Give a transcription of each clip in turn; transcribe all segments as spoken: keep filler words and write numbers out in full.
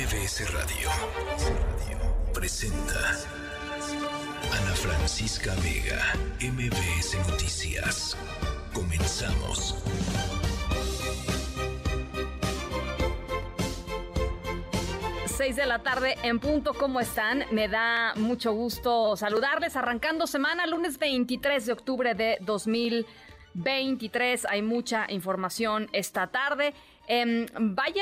B S Radio presenta Ana Francisca Vega, M B S Noticias. Comenzamos. Seis de la tarde en punto. ¿Cómo están? Me da mucho gusto saludarles. Arrancando semana, lunes veintitrés de octubre de dos mil veintitrés. Hay mucha información esta tarde. Eh, vaya,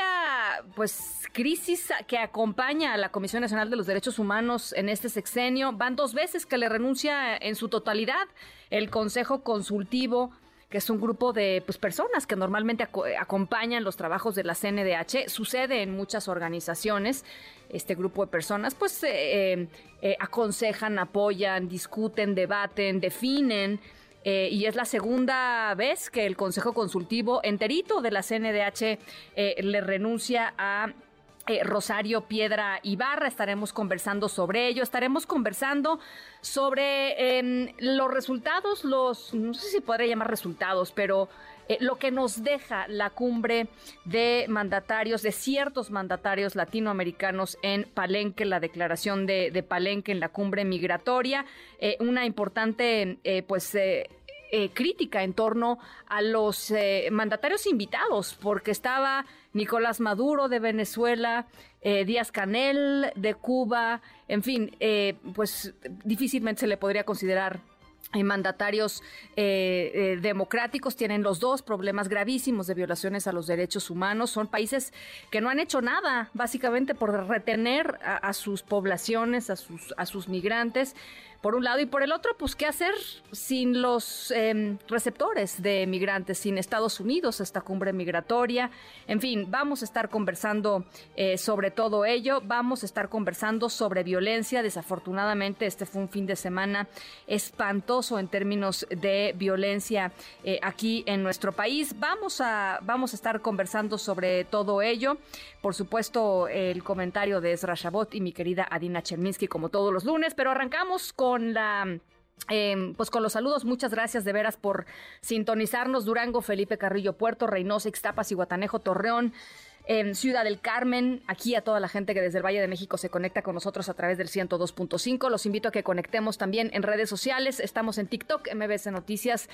pues, crisis que acompaña a la Comisión Nacional de los Derechos Humanos en este sexenio. Van dos veces que le renuncia en su totalidad el Consejo Consultivo, que es un grupo de pues, personas que normalmente ac- acompañan los trabajos de la C N D H. Sucede en muchas organizaciones. Este grupo de personas pues eh, eh, aconsejan, apoyan, discuten, debaten, definen. Eh, y es la segunda vez que el Consejo Consultivo enterito de la C N D H eh, le renuncia a Eh, Rosario Piedra Ibarra. Estaremos conversando sobre ello, estaremos conversando sobre eh, los resultados, los, no sé si podría llamar resultados, pero eh, lo que nos deja la cumbre de mandatarios, de ciertos mandatarios latinoamericanos en Palenque, la declaración de, de Palenque en la cumbre migratoria, eh, una importante, eh, pues, eh, Eh, crítica en torno a los eh, mandatarios invitados, porque estaba Nicolás Maduro de Venezuela, eh, Díaz-Canel de Cuba, en fin, eh, pues difícilmente se le podría considerar eh, mandatarios eh, eh, democráticos. Tienen los dos problemas gravísimos de violaciones a los derechos humanos. Son países que no han hecho nada, básicamente, por retener a, a sus poblaciones, a sus, a sus migrantes, por un lado, y por el otro, pues, ¿qué hacer sin los eh, receptores de migrantes, sin Estados Unidos, esta cumbre migratoria? En fin, vamos a estar conversando eh, sobre todo ello, vamos a estar conversando sobre violencia. Desafortunadamente, este fue un fin de semana espantoso en términos de violencia eh, aquí en nuestro país. Vamos a, vamos a estar conversando sobre todo ello. Por supuesto, el comentario de Ezra Shabot y mi querida Adina Cherminsky, como todos los lunes, pero arrancamos con Con la, eh, pues con los saludos. Muchas gracias de veras por sintonizarnos. Durango, Felipe Carrillo, Puerto Reynosa, Ixtapas, Zihuatanejo, Torreón, eh, Ciudad del Carmen. Aquí a toda la gente que desde el Valle de México se conecta con nosotros a través del ciento dos punto cinco. Los invito a que conectemos también en redes sociales. Estamos en TikTok, M B S Noticias.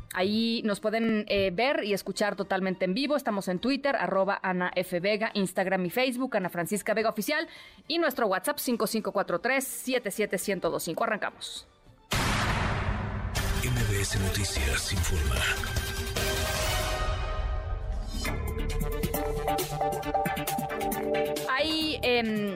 Ahí nos pueden eh, ver y escuchar totalmente en vivo. Estamos en Twitter, arroba Ana F. Vega, Instagram y Facebook, Ana Francisca Vega Oficial, y nuestro WhatsApp cinco cinco cuatro tres, siete siete uno cero dos cinco. Arrancamos. M B S Noticias informa. Hay eh,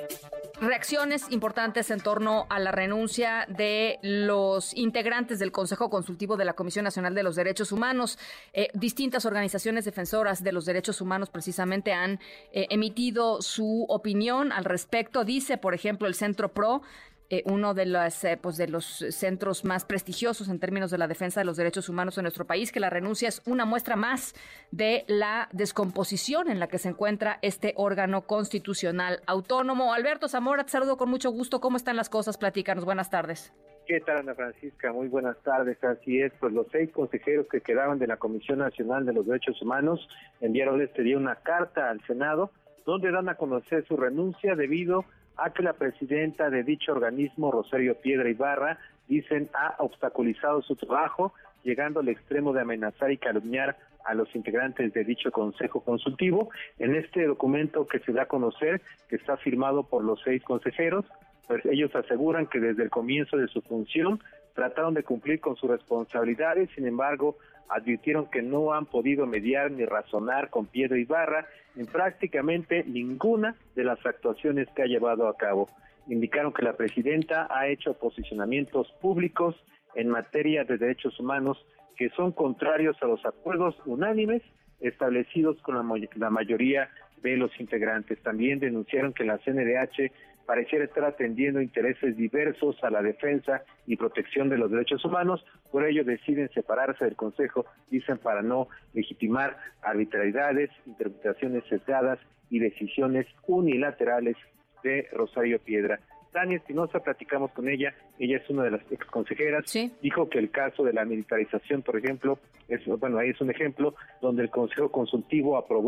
reacciones importantes en torno a la renuncia de los integrantes del Consejo Consultivo de la Comisión Nacional de los Derechos Humanos. Eh, distintas organizaciones defensoras de los derechos humanos precisamente han eh, emitido su opinión al respecto. Dice, por ejemplo, el Centro PRO, Eh, uno de los, eh, pues de los centros más prestigiosos en términos de la defensa de los derechos humanos en nuestro país, que la renuncia es una muestra más de la descomposición en la que se encuentra este órgano constitucional autónomo. Alberto Zamora, te saludo con mucho gusto. ¿Cómo están las cosas? Platícanos. Buenas tardes. ¿Qué tal, Ana Francisca? Muy buenas tardes. Así es, pues los seis consejeros que quedaban de la Comisión Nacional de los Derechos Humanos enviaron este día una carta al Senado donde dan a conocer su renuncia debido a que la presidenta de dicho organismo, Rosario Piedra Ibarra, dicen ha obstaculizado su trabajo, llegando al extremo de amenazar y calumniar a los integrantes de dicho Consejo Consultivo. En este documento que se da a conocer, que está firmado por los seis consejeros, pues ellos aseguran que desde el comienzo de su función trataron de cumplir con sus responsabilidades. Sin embargo, advirtieron que no han podido mediar ni razonar con Piedra Ibarra en prácticamente ninguna de las actuaciones que ha llevado a cabo. Indicaron que la presidenta ha hecho posicionamientos públicos en materia de derechos humanos que son contrarios a los acuerdos unánimes establecidos con la, la mayoría de los integrantes. También denunciaron que la C N D H pareciera estar atendiendo intereses diversos a la defensa y protección de los derechos humanos. Por ello deciden separarse del Consejo, dicen, para no legitimar arbitrariedades, interpretaciones sesgadas y decisiones unilaterales de Rosario Piedra. Tania Espinosa, platicamos con ella, ella es una de las exconsejeras, sí. Dijo que el caso de la militarización, por ejemplo, es, bueno, ahí es un ejemplo donde el Consejo Consultivo aprobó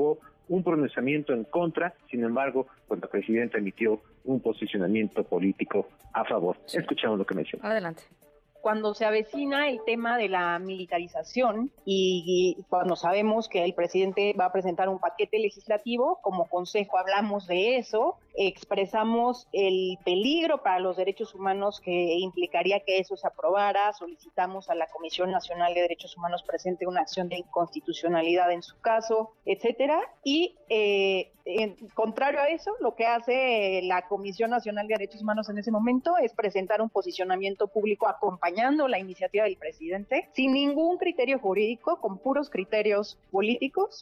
un pronunciamiento en contra. Sin embargo, pues la presidenta emitió un posicionamiento político a favor. Sí. Escuchamos lo que mencionó. Adelante. Cuando se avecina el tema de la militarización y, y cuando sabemos que el presidente va a presentar un paquete legislativo, como consejo hablamos de eso, expresamos el peligro para los derechos humanos que implicaría que eso se aprobara, solicitamos a la Comisión Nacional de Derechos Humanos presente una acción de inconstitucionalidad en su caso, etcétera, y eh, en contrario a eso, lo que hace la Comisión Nacional de Derechos Humanos en ese momento es presentar un posicionamiento público acompañando la iniciativa del presidente, sin ningún criterio jurídico, con puros criterios políticos.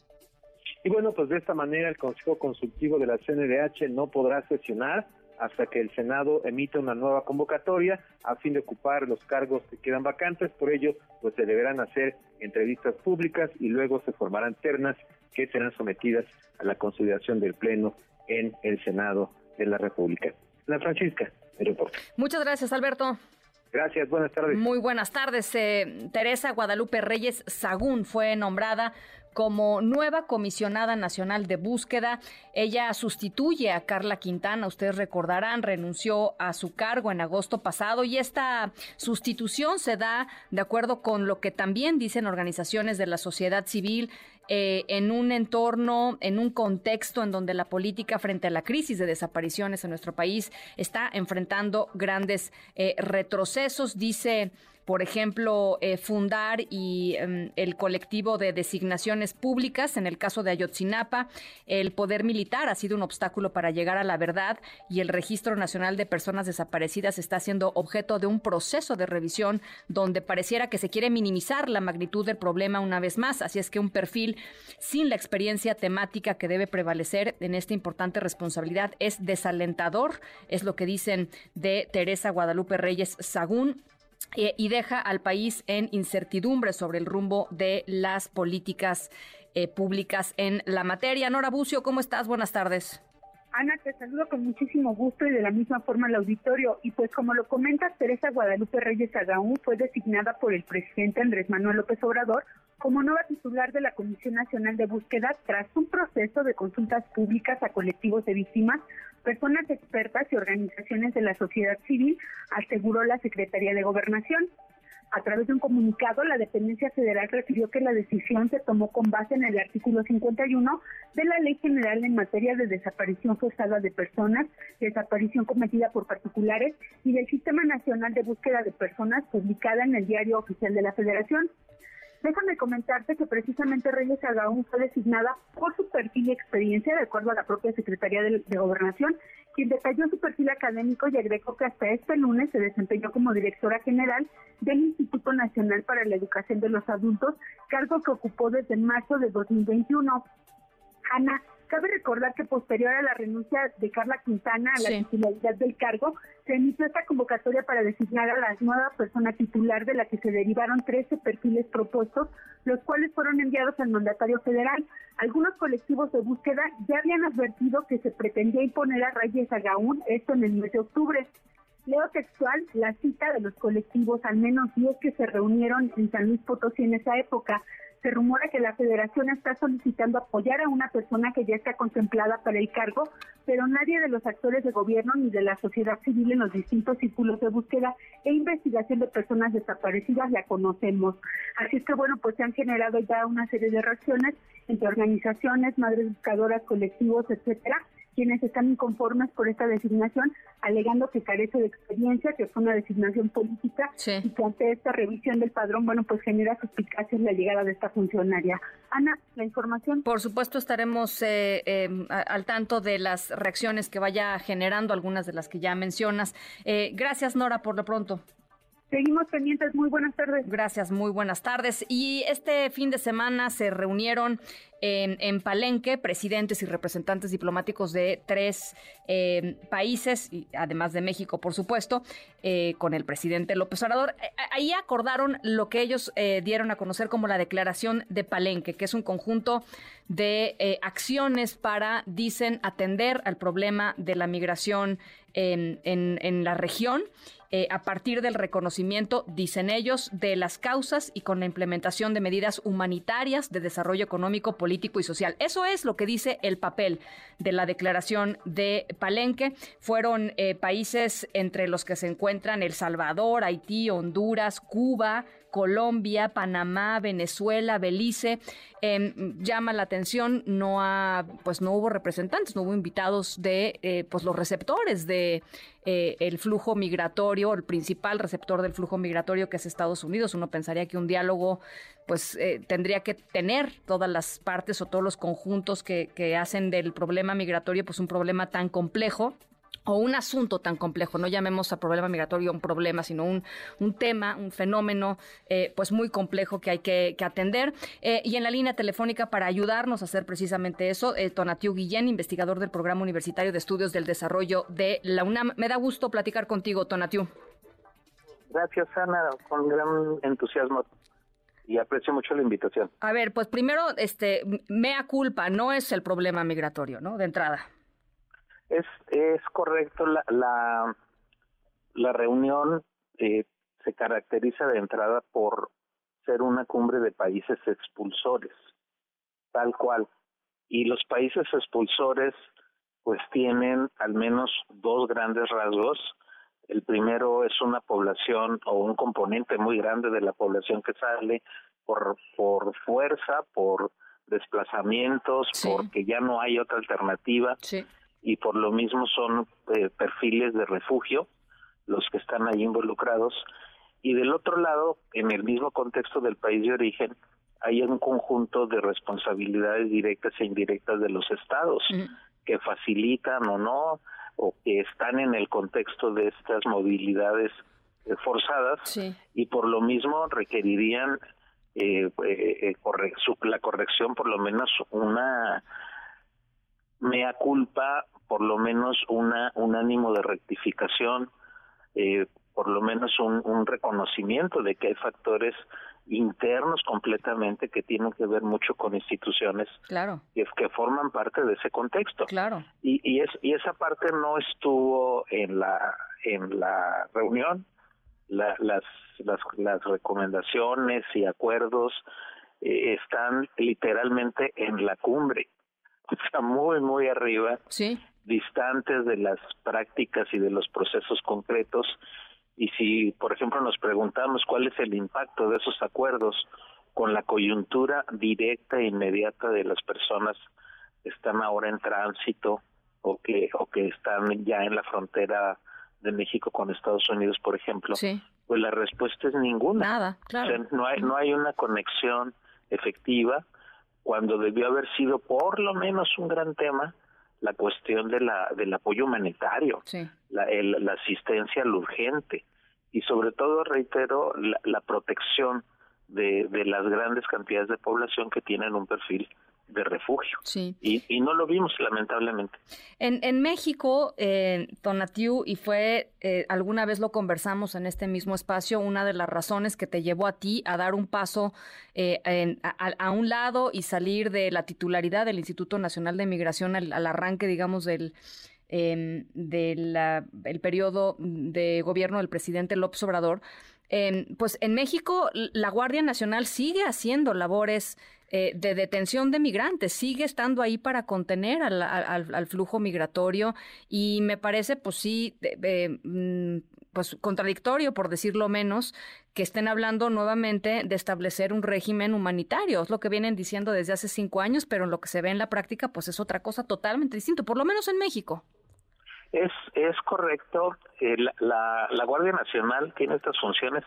Y bueno, pues de esta manera el Consejo Consultivo de la C N D H no podrá sesionar hasta que el Senado emita una nueva convocatoria a fin de ocupar los cargos que quedan vacantes. Por ello, pues se deberán hacer entrevistas públicas y luego se formarán ternas que serán sometidas a la consideración del Pleno en el Senado de la República. Ana Francisca, el reporte. Muchas gracias, Alberto. Gracias, buenas tardes. Muy buenas tardes. Eh, Teresa Guadalupe Reyes Sagún fue nombrada como nueva comisionada nacional de búsqueda. Ella sustituye a Carla Quintana, ustedes recordarán, renunció a su cargo en agosto pasado y esta sustitución se da de acuerdo con lo que también dicen organizaciones de la sociedad civil, eh, en un entorno, en un contexto en donde la política frente a la crisis de desapariciones en nuestro país está enfrentando grandes eh, retrocesos, dice. Por ejemplo, eh, fundar y um, el colectivo de designaciones públicas, en el caso de Ayotzinapa, el poder militar ha sido un obstáculo para llegar a la verdad y el Registro Nacional de Personas Desaparecidas está siendo objeto de un proceso de revisión donde pareciera que se quiere minimizar la magnitud del problema una vez más. Así es que un perfil sin la experiencia temática que debe prevalecer en esta importante responsabilidad es desalentador, es lo que dicen de Teresa Guadalupe Reyes Sagún. Eh, y deja al país en incertidumbre sobre el rumbo de las políticas eh, públicas en la materia. Nora Bucio, ¿cómo estás? Buenas tardes. Ana, te saludo con muchísimo gusto y de la misma forma al auditorio. Y pues como lo comentas, Teresa Guadalupe Reyes Sagún fue designada por el presidente Andrés Manuel López Obrador como nueva titular de la Comisión Nacional de Búsqueda tras un proceso de consultas públicas a colectivos de víctimas, personas expertas y organizaciones de la sociedad civil, aseguró la Secretaría de Gobernación. A través de un comunicado, la dependencia federal refirió que la decisión se tomó con base en el artículo cincuenta y uno de la Ley General en materia de desaparición forzada de personas, desaparición cometida por particulares y del Sistema Nacional de Búsqueda de Personas, publicada en el Diario Oficial de la Federación. Déjame comentarte que precisamente Reyes Sagún fue designada por su perfil y experiencia, de acuerdo a la propia Secretaría de, de Gobernación, quien detalló su perfil académico y agregó que hasta este lunes se desempeñó como directora general del Instituto Nacional para la Educación de los Adultos, cargo que ocupó desde marzo de dos mil veintiuno. Ana, cabe recordar que posterior a la renuncia de Carla Quintana a la sí. titularidad del cargo, se emitió esta convocatoria para designar a la nueva persona titular, de la que se derivaron trece perfiles propuestos, los cuales fueron enviados al mandatario federal. Algunos colectivos de búsqueda ya habían advertido que se pretendía imponer a Reyes Sagún esto en el mes de octubre. Leo textual la cita de los colectivos, al menos diez que se reunieron en San Luis Potosí en esa época. Se rumora que la federación está solicitando apoyar a una persona que ya está contemplada para el cargo, pero nadie de los actores de gobierno ni de la sociedad civil en los distintos círculos de búsqueda e investigación de personas desaparecidas la conocemos. Así es que bueno, pues se han generado ya una serie de reacciones entre organizaciones, madres buscadoras, colectivos, etcétera, quienes están inconformes por esta designación, alegando que carece de experiencia, que fue una designación política, sí. y que ante esta revisión del padrón, bueno, pues genera suspicacia en la llegada de esta funcionaria. Ana, la información. Por supuesto, estaremos eh, eh, al tanto de las reacciones que vaya generando, algunas de las que ya mencionas. Eh, gracias, Nora, por lo pronto. Seguimos pendientes, muy buenas tardes. Gracias, muy buenas tardes. Y este fin de semana se reunieron en, en Palenque presidentes y representantes diplomáticos de tres eh, países, y además de México, por supuesto, eh, con el presidente López Obrador. Ahí acordaron lo que ellos eh, dieron a conocer como la Declaración de Palenque, que es un conjunto de eh, acciones para, dicen, atender al problema de la migración en, en, en la región. Eh, a partir del reconocimiento, dicen ellos, de las causas y con la implementación de medidas humanitarias de desarrollo económico, político político y social. Eso es lo que dice el papel de la declaración de Palenque. Fueron eh, países entre los que se encuentran El Salvador, Haití, Honduras, Cuba, Colombia, Panamá, Venezuela, Belice. Eh, llama la atención, no ha, pues no hubo representantes, no hubo invitados de eh, pues los receptores de eh, el flujo migratorio, el principal receptor del flujo migratorio, que es Estados Unidos. Uno pensaría que un diálogo pues eh, tendría que tener todas las partes o todos los conjuntos que, que hacen del problema migratorio pues un problema tan complejo, o un asunto tan complejo. No llamemos a problema migratorio un problema, sino un, un tema, un fenómeno eh, pues muy complejo que hay que, que atender. Eh, y en la línea telefónica para ayudarnos a hacer precisamente eso, eh, Tonatiuh Guillén, investigador del Programa Universitario de Estudios del Desarrollo de la UNAM. Me da gusto platicar contigo, Tonatiuh. Gracias, Ana, con gran entusiasmo y aprecio mucho la invitación. A ver, pues primero, este, mea culpa, no es el problema migratorio, ¿no? De entrada. Es es correcto, la la, la reunión eh, se caracteriza de entrada por ser una cumbre de países expulsores, tal cual. Y los países expulsores pues tienen al menos dos grandes rasgos. El primero es una población o un componente muy grande de la población que sale por por fuerza, por desplazamientos, sí. porque ya no hay otra alternativa. Sí. Y por lo mismo son eh, perfiles de refugio los que están ahí involucrados. Y del otro lado, en el mismo contexto del país de origen, hay un conjunto de responsabilidades directas e indirectas de los estados mm. que facilitan o no, o que están en el contexto de estas movilidades eh, forzadas, sí. y por lo mismo requerirían eh, eh, corre- su, la corrección, por lo menos una mea culpa, por lo menos una un ánimo de rectificación, eh, por lo menos un, un reconocimiento de que hay factores internos completamente que tienen que ver mucho con instituciones claro. que, que forman parte de ese contexto. Claro. Y, y es y esa parte no estuvo en la en la reunión. La, las las las recomendaciones y acuerdos eh, están literalmente en la cumbre. O sea, muy, muy arriba, sí. distantes de las prácticas y de los procesos concretos. Y si, por ejemplo, nos preguntamos cuál es el impacto de esos acuerdos con la coyuntura directa e inmediata de las personas que están ahora en tránsito o que o que están ya en la frontera de México con Estados Unidos, por ejemplo, sí. pues la respuesta es ninguna. Nada, claro. O sea, no hay, no hay una conexión efectiva, cuando debió haber sido por lo menos un gran tema la cuestión de la del apoyo humanitario, sí. la, el, la asistencia al urgente y sobre todo, reitero, la, la protección de, de las grandes cantidades de población que tienen un perfil de refugio. Sí. Y, y no lo vimos, lamentablemente. En, en México, eh, Tonatiuh, y fue, eh, alguna vez lo conversamos en este mismo espacio, una de las razones que te llevó a ti a dar un paso eh, en, a, a un lado y salir de la titularidad del Instituto Nacional de Migración al, al arranque, digamos, del eh, del el periodo de gobierno del presidente López Obrador. Eh, pues en México la Guardia Nacional sigue haciendo labores eh, de detención de migrantes, sigue estando ahí para contener al, al, al flujo migratorio, y me parece pues sí eh, eh, pues contradictorio, por decirlo menos, que estén hablando nuevamente de establecer un régimen humanitario. Es lo que vienen diciendo desde hace cinco años, pero en lo que se ve en la práctica pues es otra cosa totalmente distinta, por lo menos en México. Es es correcto. Eh, la, la, la Guardia Nacional tiene estas funciones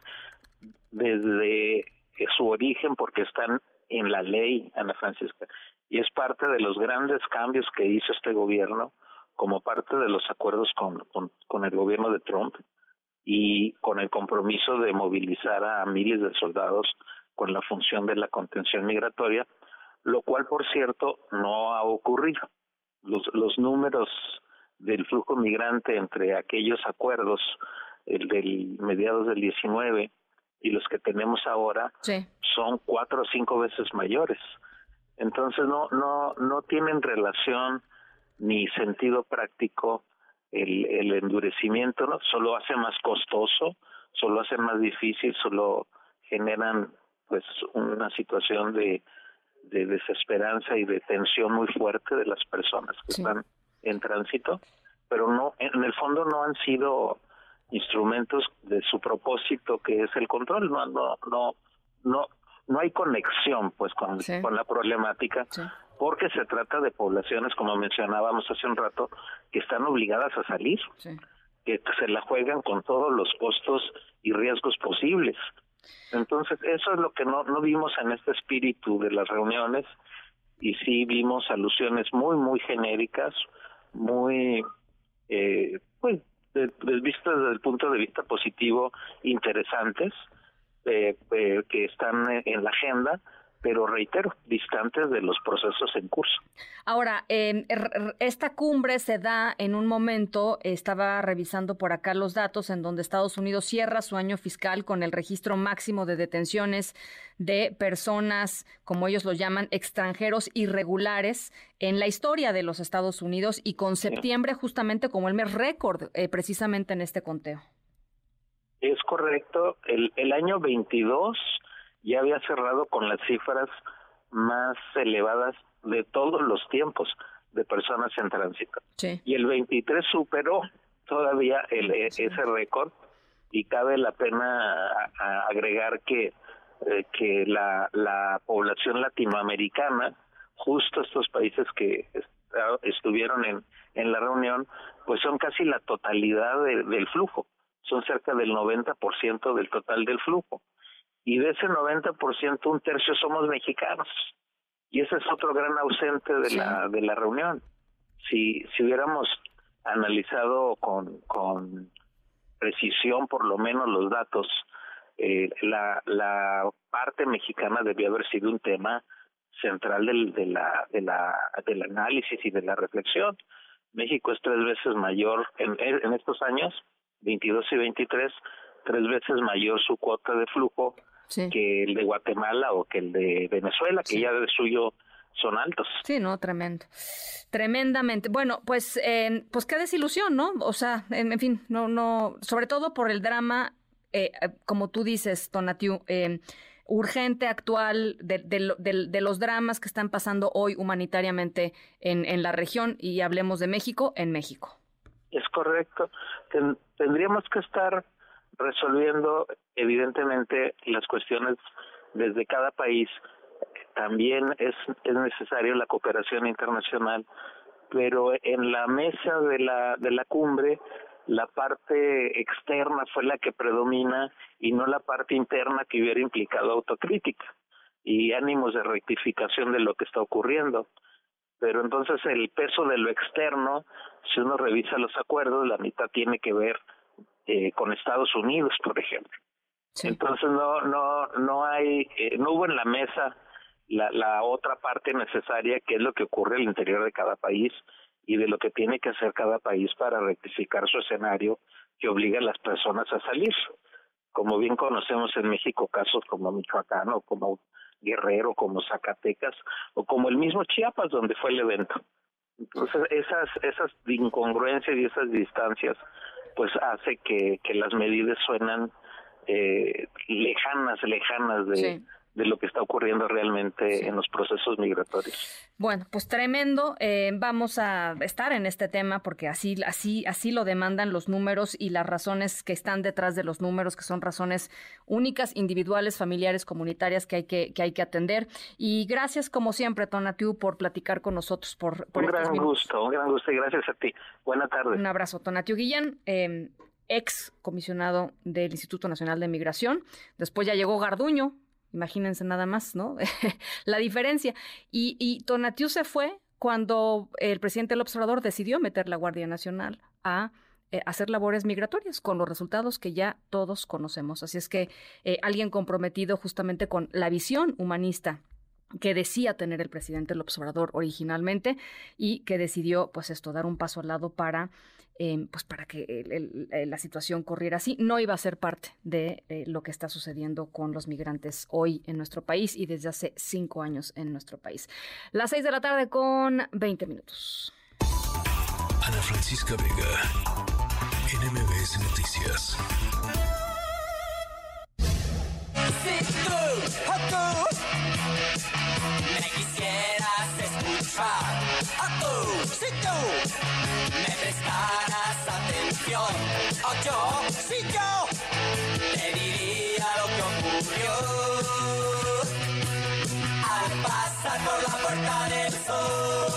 desde su origen porque están en la ley, Ana Francisca, y es parte de los grandes cambios que hizo este gobierno como parte de los acuerdos con, con, con el gobierno de Trump y con el compromiso de movilizar a miles de soldados con la función de la contención migratoria, lo cual, por cierto, no ha ocurrido. Los, los números del flujo migrante entre aquellos acuerdos, el del mediados del diecinueve y los que tenemos ahora, sí. son cuatro o cinco veces mayores. Entonces no no no tienen relación ni sentido práctico el, el endurecimiento, ¿no? Solo hace más costoso, solo hace más difícil, solo generan pues una situación de de desesperanza y de tensión muy fuerte de las personas que sí. están en tránsito, pero no, en el fondo no han sido instrumentos de su propósito, que es el control. No, no, no, no, no hay conexión, pues, con, sí. con la problemática, sí. porque se trata de poblaciones, como mencionábamos hace un rato, que están obligadas a salir, sí. que se la juegan con todos los costos y riesgos posibles. Entonces, eso es lo que no, no vimos en este espíritu de las reuniones, y sí vimos alusiones muy, muy genéricas, muy, eh, pues, de, de vistas desde el punto de vista positivo, interesantes, eh, eh, que están en la agenda, pero reitero, distantes de los procesos en curso. Ahora, eh, esta cumbre se da en un momento, estaba revisando por acá los datos, en donde Estados Unidos cierra su año fiscal con el registro máximo de detenciones de personas, como ellos lo llaman, extranjeros irregulares en la historia de los Estados Unidos, y con septiembre justamente como el mes récord, eh, precisamente en este conteo. Es correcto. El, el año veintidós ya había cerrado con las cifras más elevadas de todos los tiempos de personas en tránsito. Sí. Y el veintitrés superó todavía el, sí. ese récord, y cabe la pena a, a agregar que eh, que la, la población latinoamericana, justo estos países que est- estuvieron en, en la reunión, pues son casi la totalidad de, del flujo, son cerca del noventa por ciento del total del flujo. Y de ese noventa por ciento, un tercio somos mexicanos. Y ese es otro gran ausente de sí. la de la reunión. Si si hubiéramos analizado con, con precisión, por lo menos, los datos, eh, la la parte mexicana debió haber sido un tema central del, de la de la del análisis y de la reflexión. México es tres veces mayor en, en estos años, veintidós y veintitrés, tres veces mayor su cuota de flujo sí. que el de Guatemala o que el de Venezuela, que sí. ya de suyo son altos. Sí, no, tremendo, tremendamente. Bueno, pues, eh, pues qué desilusión, ¿no? O sea, en, en fin, no, no, sobre todo por el drama, eh, como tú dices, Tonatiuh, eh, urgente, actual, de, de, de, de los dramas que están pasando hoy humanitariamente en, en la región, y hablemos de México, en México. Es correcto. Ten, tendríamos que estar resolviendo evidentemente las cuestiones desde cada país. También es, es necesario la cooperación internacional, pero en la mesa de la de la cumbre la parte externa fue la que predomina y no la parte interna, que hubiera implicado autocrítica y ánimos de rectificación de lo que está ocurriendo. Pero entonces el peso de lo externo, si uno revisa los acuerdos, la mitad tiene que ver eh, con Estados Unidos, por ejemplo. Sí. Entonces no no no hay eh, no hubo en la mesa la, la otra parte necesaria, que es lo que ocurre al interior de cada país y de lo que tiene que hacer cada país para rectificar su escenario que obliga a las personas a salir. Como bien conocemos en México casos como Michoacán o como Guerrero, como Zacatecas o como el mismo Chiapas, donde fue el evento. Entonces esas esas incongruencias y esas distancias pues hace que, que las medidas suenan eh, lejanas, lejanas de, sí. de lo que está ocurriendo realmente sí. en los procesos migratorios. Bueno, pues tremendo. Eh, vamos a estar en este tema porque así, así, así lo demandan los números y las razones que están detrás de los números, que son razones únicas, individuales, familiares, comunitarias, que hay que, que hay que atender. Y gracias, como siempre, Tonatiuh, por platicar con nosotros. Por, por un gran minutos. gusto, un gran gusto y gracias a ti. Buena tarde. Un abrazo, Tonatiuh Guillén, eh, ex comisionado del Instituto Nacional de Migración. Después ya llegó Garduño. Imagínense nada más, ¿no? La diferencia. Y, y Tonatiuh se fue cuando el presidente López Obrador decidió meter la Guardia Nacional a eh, hacer labores migratorias, con los resultados que ya todos conocemos. Así es que eh, alguien comprometido justamente con la visión humanista que decía tener el presidente López Obrador originalmente, y que decidió, pues esto, dar un paso al lado para Eh, pues para que el, el, el, la situación corriera así. No iba a ser parte de eh, lo que está sucediendo con los migrantes hoy en nuestro país y desde hace cinco años en nuestro país. Las seis de la tarde con veinte minutos. Ana Francisca Vega, en M B S Noticias. me quisieras escuchar. Oh, tú, si tú me prestaras atención. Oh, yo, si yo te diría lo que ocurrió al pasar por la puerta del sol.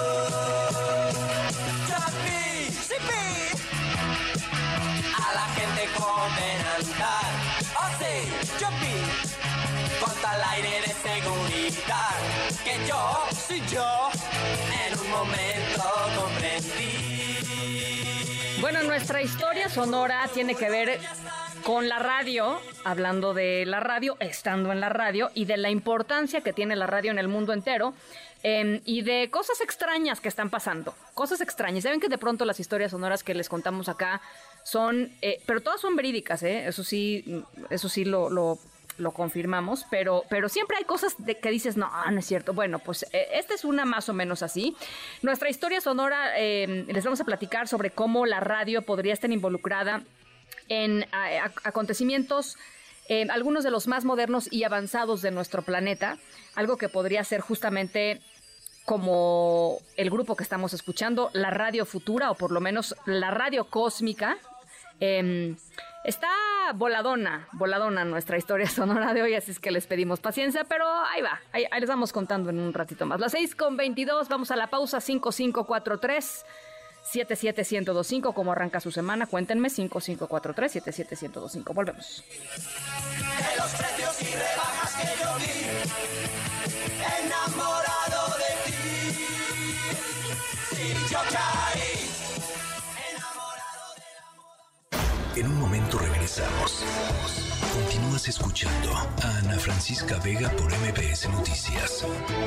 Yo vi, sí vi a la gente joven andar. Oh, sí, yo vi con tal aire de seguridad que yo, sí yo, en un momento comprendí. Bueno, nuestra historia sonora tiene que ver con la radio, hablando de la radio, estando en la radio y de la importancia que tiene la radio en el mundo entero. Eh, y de cosas extrañas que están pasando, cosas extrañas. Ya ven que de pronto las historias sonoras que les contamos acá son, eh, pero todas son verídicas, ¿eh? Eso sí, eso sí lo, lo, lo confirmamos, pero, pero siempre hay cosas de que dices, no, no es cierto. Bueno, pues eh, esta es una más o menos así. Nuestra historia sonora, eh, les vamos a platicar sobre cómo la radio podría estar involucrada en a, a, acontecimientos, eh, algunos de los más modernos y avanzados de nuestro planeta, algo que podría ser justamente como el grupo que estamos escuchando, la radio futura, o por lo menos la radio cósmica. Eh, está voladona, voladona nuestra historia sonora de hoy, así es que les pedimos paciencia, pero ahí va, ahí, ahí les vamos contando en un ratito más. Las seis con veintidós, vamos a la pausa. Cinco cinco cuatro tres siete siete uno cero dos cinco. ¿Cómo arranca su semana? Cuéntenme. Cinco cinco cuatro tres siete siete uno cero dos cinco. Volvemos. De los precios y rebajas que yo vi, enamorado de ti. Sí, yo caí, enamorado de la moda. En un momento regresamos. Continúas escuchando a Ana Francisca Vega por M B S Noticias.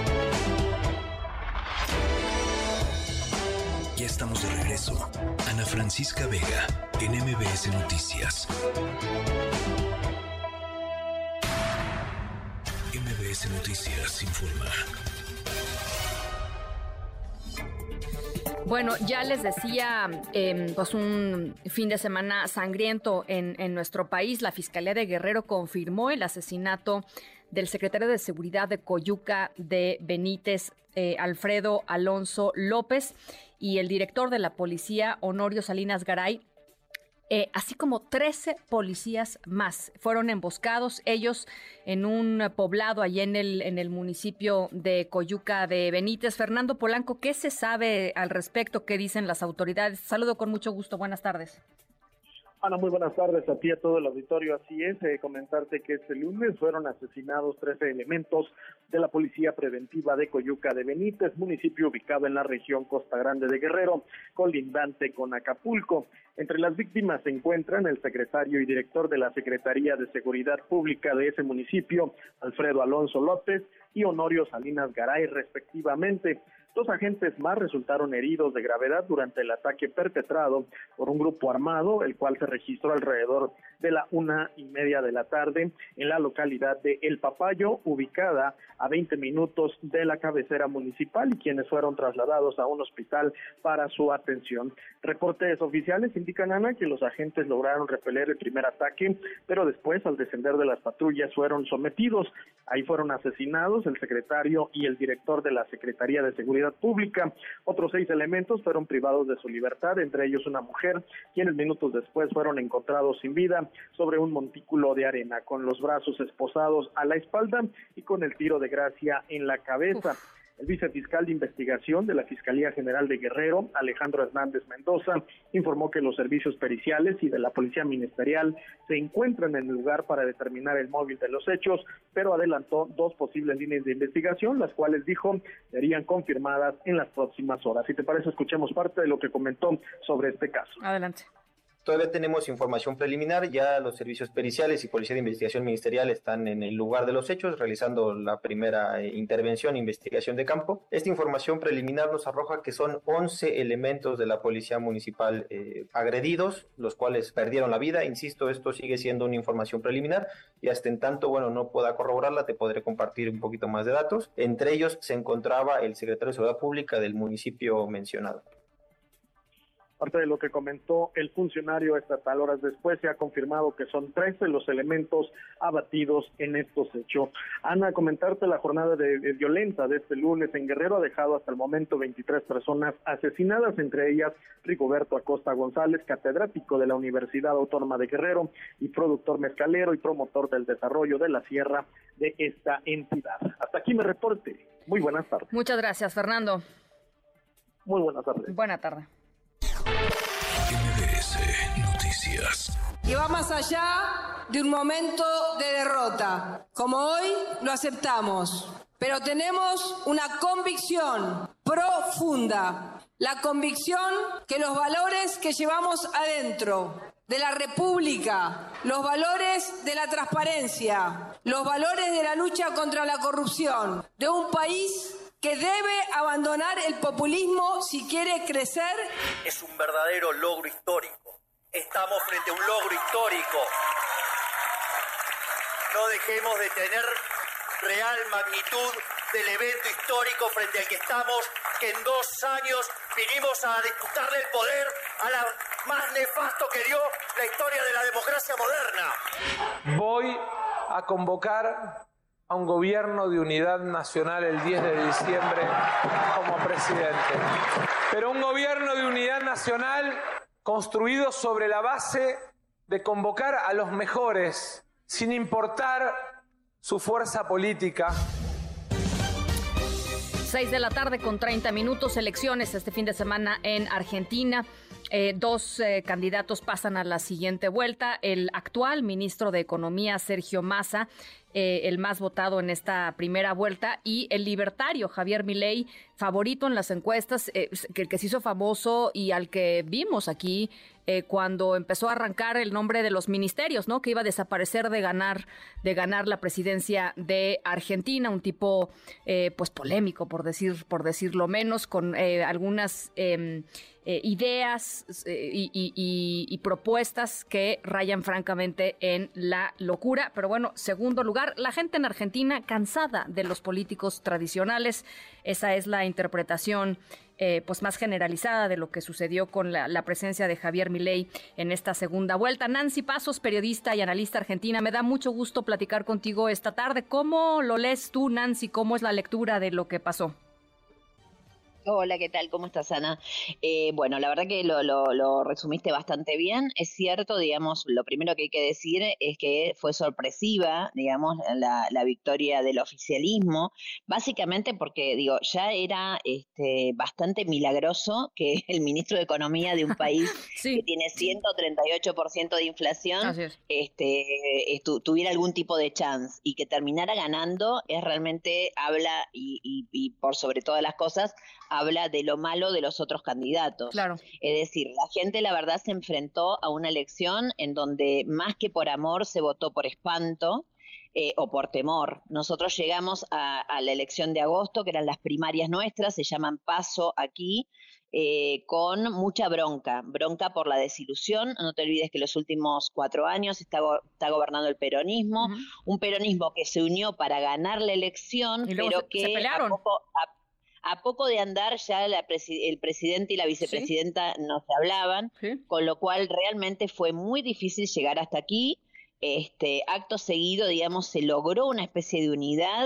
Ya estamos de regreso. Ana Francisca Vega en M B S Noticias. M B S Noticias informa. Bueno, ya les decía, eh, pues un fin de semana sangriento en, en nuestro país. La Fiscalía de Guerrero confirmó el asesinato del secretario de Seguridad de Coyuca de Benítez, eh, Alfredo Alonso López, y el director de la policía, Honorio Salinas Garay, eh, así como trece policías más. Fueron emboscados ellos en un poblado allí en el, en el municipio de Coyuca de Benítez. Fernando Polanco, ¿qué se sabe al respecto? ¿Qué dicen las autoridades? Saludo con mucho gusto. Buenas tardes. Ana, muy buenas tardes a ti y a todo el auditorio. Así es, eh, comentarte que este lunes fueron asesinados trece elementos de la Policía Preventiva de Coyuca de Benítez, municipio ubicado en la región Costa Grande de Guerrero, colindante con Acapulco. Entre las víctimas se encuentran el secretario y director de la Secretaría de Seguridad Pública de ese municipio, Alfredo Alonso López, y Honorio Salinas Garay, respectivamente. Dos agentes más resultaron heridos de gravedad durante el ataque perpetrado por un grupo armado, el cual se registró alrededor de la una y media de la tarde en la localidad de El Papayo, ubicada a veinte minutos de la cabecera municipal, y quienes fueron trasladados a un hospital para su atención. Reportes oficiales indican, Ana, que los agentes lograron repeler el primer ataque, pero después, al descender de las patrullas, fueron sometidos. Ahí fueron asesinados el secretario y el director de la Secretaría de Seguridad Pública. Otros seis elementos fueron privados de su libertad, entre ellos una mujer, quienes minutos después fueron encontrados sin vida sobre un montículo de arena, con los brazos esposados a la espalda y con el tiro de gracia en la cabeza. Uf. El vicefiscal de investigación de la Fiscalía General de Guerrero, Alejandro Hernández Mendoza, informó que los servicios periciales y de la Policía Ministerial se encuentran en el lugar para determinar el móvil de los hechos, pero adelantó dos posibles líneas de investigación, las cuales, dijo, serían confirmadas en las próximas horas. Si te parece, escuchemos parte de lo que comentó sobre este caso. Adelante. Todavía tenemos información preliminar, ya los servicios periciales y Policía de Investigación Ministerial están en el lugar de los hechos realizando la primera eh, intervención e investigación de campo. Esta información preliminar nos arroja que son once elementos de la Policía Municipal eh, agredidos, los cuales perdieron la vida. Insisto, esto sigue siendo una información preliminar y hasta en tanto, bueno, no pueda corroborarla, te podré compartir un poquito más de datos. Entre ellos se encontraba el secretario de Seguridad Pública del municipio mencionado. Parte de lo que comentó el funcionario estatal, horas después se ha confirmado que son trece los elementos abatidos en estos hechos. Ana, comentarte, la jornada de, de violenta de este lunes en Guerrero ha dejado hasta el momento veintitrés personas asesinadas, entre ellas Rigoberto Acosta González, catedrático de la Universidad Autónoma de Guerrero y productor mezcalero y promotor del desarrollo de la sierra de esta entidad. Hasta aquí mi reporte. Muy buenas tardes. Muchas gracias, Fernando. Muy buenas tardes. Buena tarde. M B S Noticias. Y va más allá de un momento de derrota. Como hoy lo aceptamos, pero tenemos una convicción profunda. La convicción que los valores que llevamos adentro de la República, los valores de la transparencia, los valores de la lucha contra la corrupción, de un país que debe abandonar el populismo si quiere crecer. Es un verdadero logro histórico. Estamos frente a un logro histórico. No dejemos de tener real magnitud del evento histórico frente al que estamos, que en dos años vinimos a disputarle el poder a la más nefasto que dio la historia de la democracia moderna. Voy a convocar a un gobierno de unidad nacional el diez de diciembre como presidente. Pero un gobierno de unidad nacional construido sobre la base de convocar a los mejores, sin importar su fuerza política. Seis de la tarde con treinta minutos, elecciones este fin de semana en Argentina. Eh, dos eh, candidatos pasan a la siguiente vuelta. El actual ministro de Economía, Sergio Massa, eh, el más votado en esta primera vuelta, y el libertario Javier Milei, favorito en las encuestas, eh, que, que se hizo famoso y al que vimos aquí eh, cuando empezó a arrancar el nombre de los ministerios, ¿no? Que iba a desaparecer de ganar, de ganar la presidencia de Argentina, un tipo eh, pues polémico, por decir, por decirlo menos, con eh, algunas eh, eh, ideas eh, y, y, y, y propuestas que rayan francamente en la locura. Pero bueno, segundo lugar, la gente en Argentina cansada de los políticos tradicionales. Esa es la interpretación eh, pues más generalizada de lo que sucedió con la, la presencia de Javier Milei en esta segunda vuelta. Nancy Pasos, periodista y analista argentina, me da mucho gusto platicar contigo esta tarde. ¿Cómo lo lees tú, Nancy? ¿Cómo es la lectura de lo que pasó? Hola, ¿qué tal? ¿Cómo estás, Ana? Eh, bueno, la verdad que lo, lo, lo resumiste bastante bien. Es cierto, digamos, lo primero que hay que decir es que fue sorpresiva, digamos, la, la victoria del oficialismo, básicamente porque, digo, ya era este, bastante milagroso que el ministro de Economía de un país sí. que tiene ciento treinta y ocho por ciento de inflación este, estu, tuviera algún tipo de chance y que terminara ganando, es realmente habla y, y, y por sobre todas las cosas, habla de lo malo de los otros candidatos. Claro. Es decir, la gente la verdad se enfrentó a una elección en donde más que por amor se votó por espanto eh, o por temor. Nosotros llegamos a, a la elección de agosto, que eran las primarias nuestras, se llaman PASO aquí, eh, con mucha bronca, bronca por la desilusión. No te olvides que los últimos cuatro años está, go- está gobernando el peronismo, uh-huh. un peronismo que se unió para ganar la elección, pero se, que se pelearon. a poco... A, A poco de andar ya la presi- el presidente y la vicepresidenta ¿Sí? no se hablaban, ¿Sí? con lo cual realmente fue muy difícil llegar hasta aquí. Este, acto seguido, digamos, se logró una especie de unidad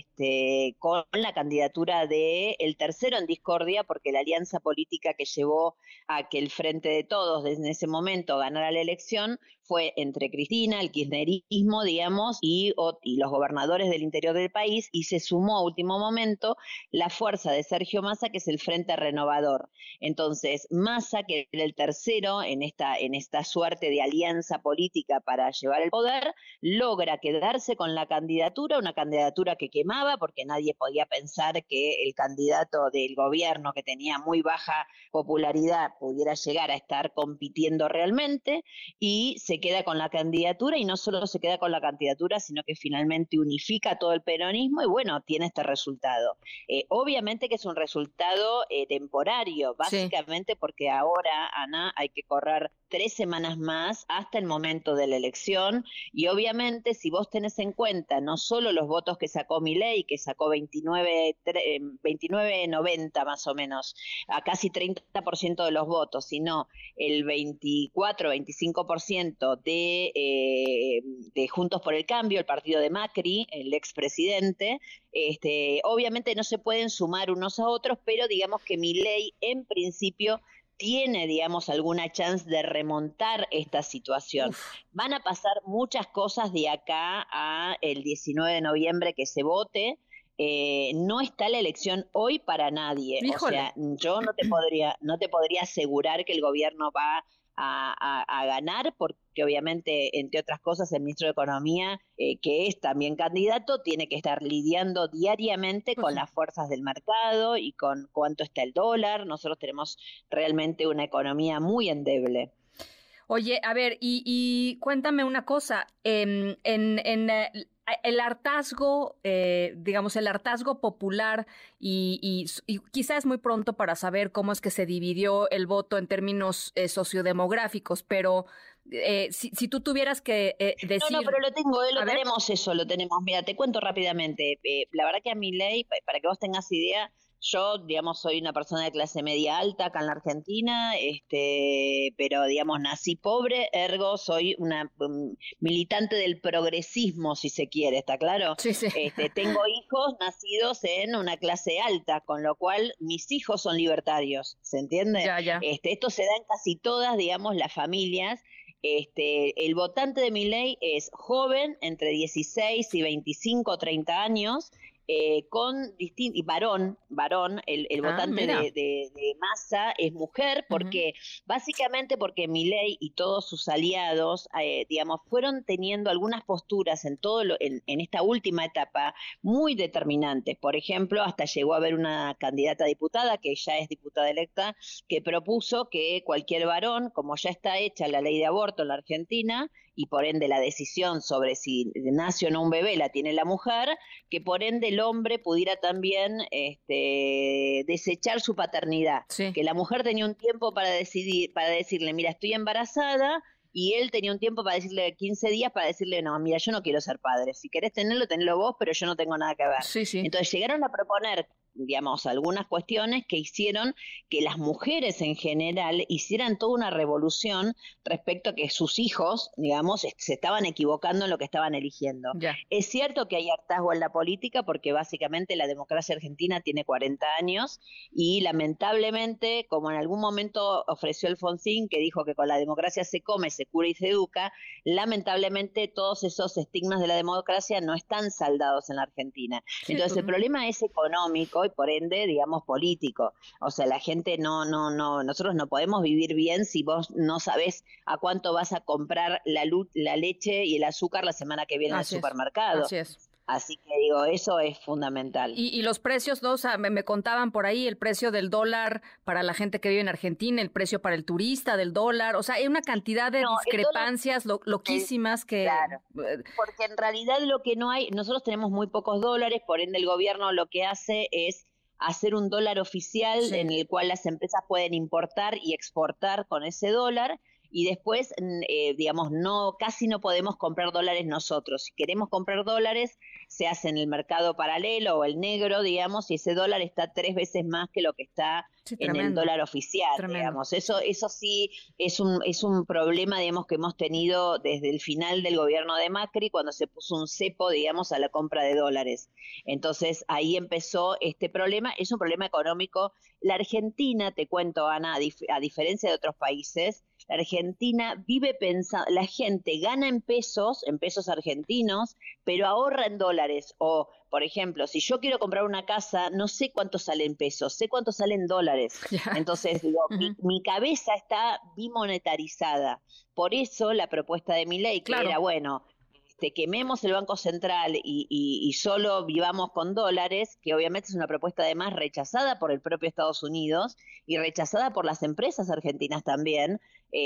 este, con la candidatura de el tercero en discordia, porque la alianza política que llevó a que el Frente de Todos desde ese momento ganara la elección fue entre Cristina, el kirchnerismo, digamos, y, o, y los gobernadores del interior del país, y se sumó a último momento la fuerza de Sergio Massa, que es el Frente Renovador. Entonces, Massa, que era el tercero en esta, en esta suerte de alianza política para llevar el poder, logra quedarse con la candidatura, una candidatura que quemaba, porque nadie podía pensar que el candidato del gobierno, que tenía muy baja popularidad, pudiera llegar a estar compitiendo realmente, y se queda con la candidatura, y no solo se queda con la candidatura, sino que finalmente unifica todo el peronismo, y bueno, tiene este resultado. Eh, obviamente que es un resultado eh, temporario, básicamente sí. porque ahora, Ana, hay que correr tres semanas más hasta el momento de la elección, y obviamente si vos tenés en cuenta no solo los votos que sacó Milei, que sacó veintinueve, veintinueve noventa más o menos, a casi treinta por ciento de los votos, sino el veinticuatro, veinticinco por ciento de, eh, de Juntos por el Cambio, el partido de Macri, el expresidente, este, obviamente no se pueden sumar unos a otros, pero digamos que Milei en principio tiene, digamos, alguna chance de remontar esta situación. Uf. Van a pasar muchas cosas de acá a el diecinueve de noviembre que se vote. Eh, no está la elección hoy para nadie. Híjole. O sea, yo no te podría, no te podría asegurar que el gobierno va a, a, a ganar, porque obviamente, entre otras cosas, el ministro de Economía, eh, que es también candidato, tiene que estar lidiando diariamente con las fuerzas del mercado y con cuánto está el dólar. Nosotros tenemos realmente una economía muy endeble. Oye, a ver, y, y cuéntame una cosa, en, en, en eh, el hartazgo, eh, digamos, el hartazgo popular, y, y, y quizás es muy pronto para saber cómo es que se dividió el voto en términos eh, sociodemográficos, pero eh, si, si tú tuvieras que eh, decir... No, no, pero lo tengo, eh, lo tenemos ver. eso, lo tenemos. Mira, te cuento rápidamente. Eh, la verdad que a Milei, para que vos tengas idea, yo, digamos, soy una persona de clase media alta acá en la Argentina, este, pero, digamos, nací pobre, ergo soy una um, militante del progresismo, si se quiere, ¿está claro? Sí, sí. Este, tengo hijos nacidos en una clase alta, con lo cual mis hijos son libertarios, ¿se entiende? Ya, ya. Este, esto se da en casi todas, digamos, las familias. Este, el votante de Milei es joven, entre dieciséis y veinticinco o treinta años, Eh, con distin- y varón, varón, el, el Ah, votante mira. de, de, de Massa es mujer, porque uh-huh. básicamente porque Milei y todos sus aliados, eh, digamos, fueron teniendo algunas posturas en todo lo, en, en esta última etapa muy determinantes. Por ejemplo, hasta llegó a haber una candidata a diputada, que ya es diputada electa, que propuso que cualquier varón, como ya está hecha la ley de aborto en la Argentina, y por ende la decisión sobre si nace o no un bebé la tiene la mujer, que por ende el hombre pudiera también este, desechar su paternidad. Sí. Que la mujer tenía un tiempo para decidir, para decirle, mira, estoy embarazada, y él tenía un tiempo para decirle quince días para decirle, no, mira, yo no quiero ser padre, si querés tenerlo, tenelo vos, pero yo no tengo nada que ver. Sí, sí. Entonces llegaron a proponer, digamos, algunas cuestiones que hicieron que las mujeres en general hicieran toda una revolución respecto a que sus hijos, digamos, se estaban equivocando en lo que estaban eligiendo. Ya. Es cierto que hay hartazgo en la política porque básicamente la democracia argentina tiene cuarenta años y lamentablemente, como en algún momento ofreció Alfonsín, que dijo que con la democracia se come, se cura y se educa, lamentablemente todos esos estigmas de la democracia no están saldados en la Argentina. Sí, Entonces pues. el problema es económico y por ende, digamos, político. O sea, la gente no, no, no, nosotros no podemos vivir bien si vos no sabés a cuánto vas a comprar la, luz, la leche y el azúcar la semana que viene Así al es, supermercado. Así es. Así que digo, eso es fundamental. Y, y los precios, ¿no? O sea, me, me contaban por ahí el precio del dólar para la gente que vive en Argentina, el precio para el turista del dólar, o sea, hay una cantidad de No, discrepancias dólar, lo, loquísimas que... Claro, porque en realidad lo que no hay, nosotros tenemos muy pocos dólares, por ende el gobierno lo que hace es hacer un dólar oficial Sí. en el cual las empresas pueden importar y exportar con ese dólar. Y después, eh, digamos, no, casi no podemos comprar dólares nosotros. Si queremos comprar dólares, se hace en el mercado paralelo o el negro, digamos, y ese dólar está tres veces más que lo que está Sí, en el tremendo. dólar oficial, Tremendo. digamos. Eso, eso sí es un, es un problema, digamos, que hemos tenido desde el final del gobierno de Macri, cuando se puso un cepo, digamos, a la compra de dólares. Entonces, ahí empezó este problema. Es un problema económico. La Argentina, te cuento, Ana, a, dif- a diferencia de otros países, la Argentina vive pensando, la gente gana en pesos, en pesos argentinos, pero ahorra en dólares. O, por ejemplo, si yo quiero comprar una casa, no sé cuánto sale en pesos, sé cuánto sale en dólares. Ya. Entonces, digo, Ujú. mi, mi cabeza está bimonetarizada. Por eso la propuesta de Milei, que Claro. era, bueno, este, quememos el Banco Central y, y, y solo vivamos con dólares, que obviamente es una propuesta además rechazada por el propio Estados Unidos y rechazada por las empresas argentinas también.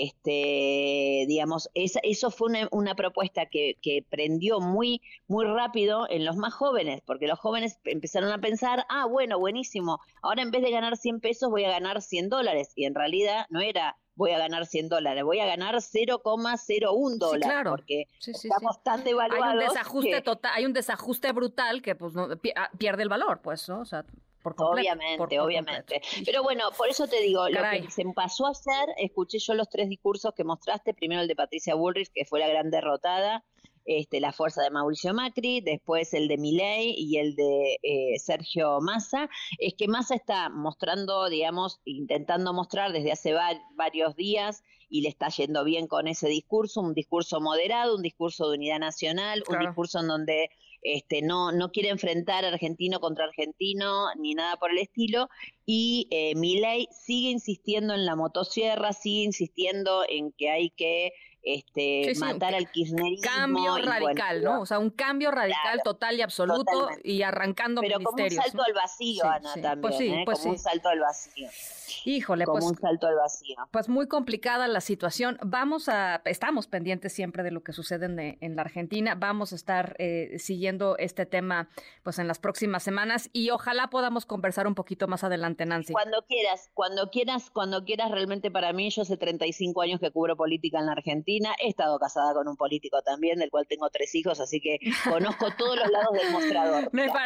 Este, digamos, esa, eso fue una, una propuesta que, que prendió muy, muy rápido en los más jóvenes, porque los jóvenes empezaron a pensar, ah, bueno, buenísimo, ahora en vez de ganar cien pesos voy a ganar cien dólares, y en realidad no era voy a ganar cien dólares, voy a ganar cero coma cero uno dólares, sí, claro. porque sí, sí, estamos sí. tan devaluados. Hay un desajuste que... total, hay un desajuste brutal que pues no, pierde el valor, pues, ¿no? O sea, por completo. Obviamente, por, por obviamente. Completo. Pero bueno, por eso te digo, Caray. lo que se pasó a hacer, escuché yo los tres discursos que mostraste, primero el de Patricia Bullrich, que fue la gran derrotada, Este, la fuerza de Mauricio Macri, después el de Milei y el de eh, Sergio Massa, es que Massa está mostrando, digamos, intentando mostrar desde hace va- varios días y le está yendo bien con ese discurso, un discurso moderado, un discurso de unidad nacional, claro. un discurso en donde este, no, no quiere enfrentar argentino contra argentino ni nada por el estilo, y eh, Milei sigue insistiendo en la motosierra, sigue insistiendo en que hay que este sí, sí, matar al kirchnerismo. Cambio radical, bueno, ¿no? O sea, un cambio radical claro, total y absoluto totalmente. Y arrancando Pero ministerios. Pero como un salto ¿no? al vacío, sí, Ana, sí. también, pues sí, ¿eh? Pues como sí. un salto al vacío. Híjole, como pues. un salto al vacío. Pues muy complicada la situación. Vamos a, estamos pendientes siempre de lo que sucede en, en la Argentina. Vamos a estar eh, siguiendo este tema pues en las próximas semanas y ojalá podamos conversar un poquito más adelante, Nancy. Cuando quieras, cuando quieras, cuando quieras realmente para mí, yo hace treinta y cinco años que cubro política en la Argentina, he estado casada con un político también, del cual tengo tres hijos, así que conozco todos los lados del mostrador. Me pare...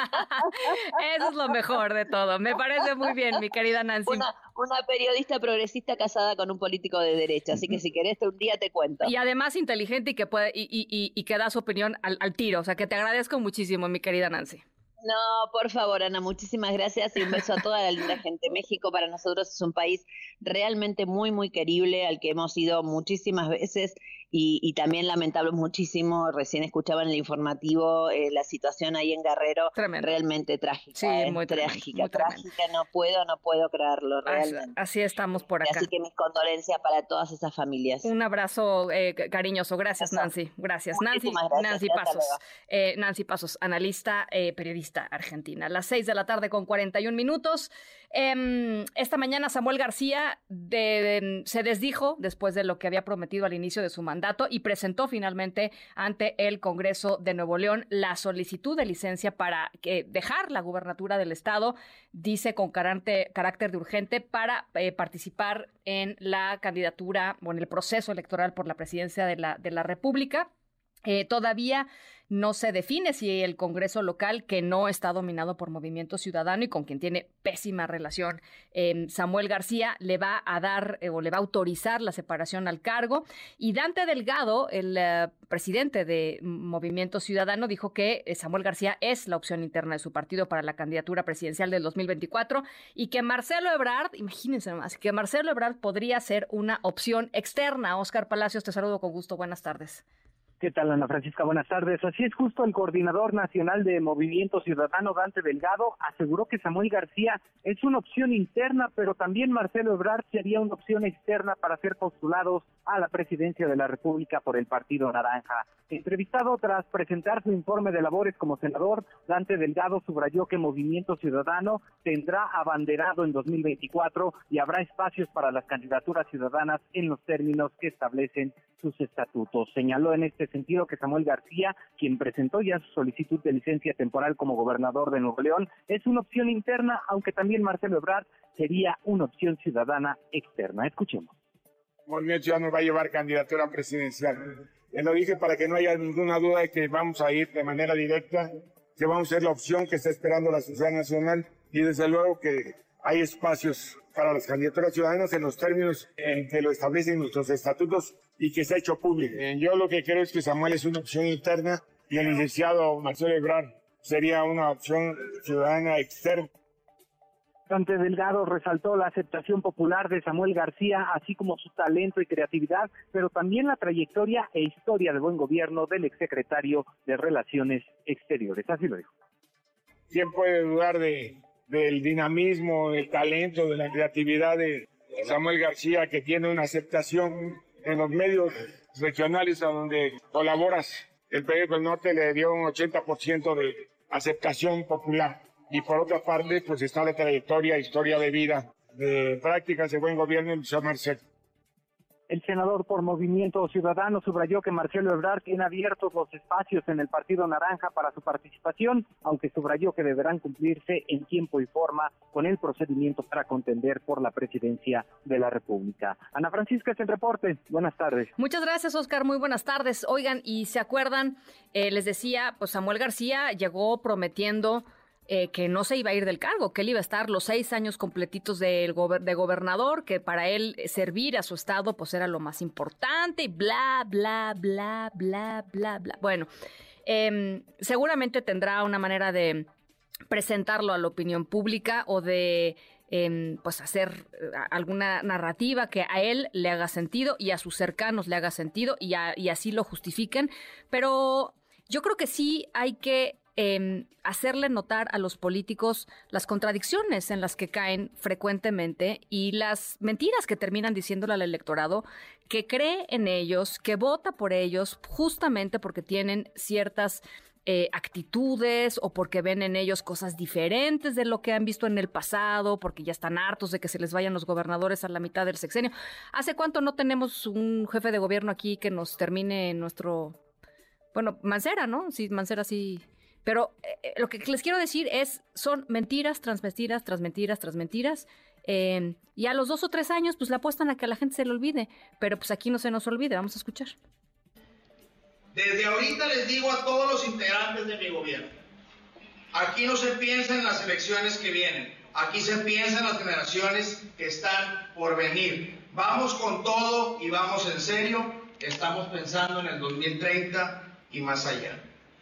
Eso es lo mejor de todo. Me parece muy bien, mi querida Nancy. Una, una periodista progresista casada con un político de derecha, así que si querés un día te cuento. Y además inteligente y que puede y, y, y, y que da su opinión al, al tiro, o sea que te agradezco muchísimo, mi querida Nancy. No, por favor, Ana, muchísimas gracias y un beso a toda la linda gente. México para nosotros es un país realmente muy, muy querible, al que hemos ido muchísimas veces y, y también lamentable muchísimo. Recién escuchaban el informativo, eh, la situación ahí en Guerrero, tremendo. Realmente trágica. Sí, eh, muy trágica, muy trágica, no puedo, no puedo creerlo, realmente. Así, así estamos por acá. Así que mis condolencias para todas esas familias. Un abrazo eh, cariñoso, gracias Eso. Nancy, gracias. Nancy, gracias. Nancy Pasos, eh, Nancy Pasos, analista, eh, periodista argentina. Las seis de la tarde con cuarenta y un minutos. Eh, esta mañana Samuel García de, de, se desdijo después de lo que había prometido al inicio de su mandato y presentó finalmente ante el Congreso de Nuevo León la solicitud de licencia para eh, dejar la gubernatura del estado, dice con carácter, carácter de urgente, para eh, participar en la candidatura o en el proceso electoral por la presidencia de la, de la República. Eh, todavía no se define si el Congreso local, que no está dominado por Movimiento Ciudadano y con quien tiene pésima relación eh, Samuel García, le va a dar eh, o le va a autorizar la separación al cargo. Y Dante Delgado, el eh, presidente de Movimiento Ciudadano, dijo que eh, Samuel García es la opción interna de su partido para la candidatura presidencial del dos mil veinticuatro y que Marcelo Ebrard, imagínense nomás, que Marcelo Ebrard podría ser una opción externa. Óscar Palacios, te saludo con gusto. Buenas tardes. ¿Qué tal, Ana Francisca? Buenas tardes. Así es, justo el coordinador nacional de Movimiento Ciudadano, Dante Delgado, aseguró que Samuel García es una opción interna, pero también Marcelo Ebrard sería una opción externa para ser postulados a la presidencia de la República por el Partido Naranja. Entrevistado tras presentar su informe de labores como senador, Dante Delgado subrayó que Movimiento Ciudadano tendrá abanderado en dos mil veinticuatro y habrá espacios para las candidaturas ciudadanas en los términos que establecen sus estatutos. Señaló en este sentido que Samuel García, quien presentó ya su solicitud de licencia temporal como gobernador de Nuevo León, es una opción interna, aunque también Marcelo Ebrard sería una opción ciudadana externa. Escuchemos. Movimiento Ciudadano va a llevar candidatura presidencial. Eh, lo dije para que no haya ninguna duda de que vamos a ir de manera directa, que vamos a ser la opción que está esperando la sociedad nacional y desde luego que hay espacios para las candidaturas ciudadanas en los términos en que lo establecen nuestros estatutos y que se ha hecho público. Eh, yo lo que creo es que Samuel es una opción interna y el licenciado Marcelo Ebrard sería una opción ciudadana externa. Dante Delgado resaltó la aceptación popular de Samuel García, así como su talento y creatividad, pero también la trayectoria e historia de buen gobierno del exsecretario de Relaciones Exteriores. Así lo dijo. ¿Quién puede dudar de, del dinamismo, del talento, de la creatividad de Samuel García, que tiene una aceptación en los medios regionales a donde colaboras? El periódico El Norte le dio un ochenta por ciento de aceptación popular. Y por otra parte, pues está la trayectoria, historia de vida, de prácticas de buen gobierno en San Marcelo. El senador por Movimiento Ciudadano subrayó que Marcelo Ebrard tiene abiertos los espacios en el Partido Naranja para su participación, aunque subrayó que deberán cumplirse en tiempo y forma con el procedimiento para contender por la presidencia de la República. Ana Francisca, es el reporte. Buenas tardes. Muchas gracias, Oscar. Muy buenas tardes. Oigan, y se acuerdan, eh, les decía, pues Samuel García llegó prometiendo Eh, que no se iba a ir del cargo, que él iba a estar los seis años completitos de, gober- de gobernador, que para él servir a su estado pues era lo más importante, y bla, bla, bla, bla, bla, bla. Bueno, eh, seguramente tendrá una manera de presentarlo a la opinión pública o de eh, pues hacer alguna narrativa que a él le haga sentido y a sus cercanos le haga sentido y, a, y así lo justifiquen, pero yo creo que sí hay que Eh, hacerle notar a los políticos las contradicciones en las que caen frecuentemente y las mentiras que terminan diciéndole al electorado que cree en ellos, que vota por ellos justamente porque tienen ciertas eh, actitudes o porque ven en ellos cosas diferentes de lo que han visto en el pasado, porque ya están hartos de que se les vayan los gobernadores a la mitad del sexenio. ¿Hace cuánto no tenemos un jefe de gobierno aquí que nos termine nuestro... Bueno, Mancera, ¿no? Sí, Mancera sí... Pero eh, lo que les quiero decir es, son mentiras, tras mentiras, tras mentiras, tras mentiras, eh, y a los dos o tres años pues le apuestan a que a la gente se le olvide, pero pues aquí no se nos olvide. Vamos a escuchar. Desde ahorita les digo a todos los integrantes de mi gobierno, aquí no se piensa en las elecciones que vienen, aquí se piensa en las generaciones que están por venir. Vamos con todo y vamos en serio, estamos pensando en el dos mil treinta y más allá.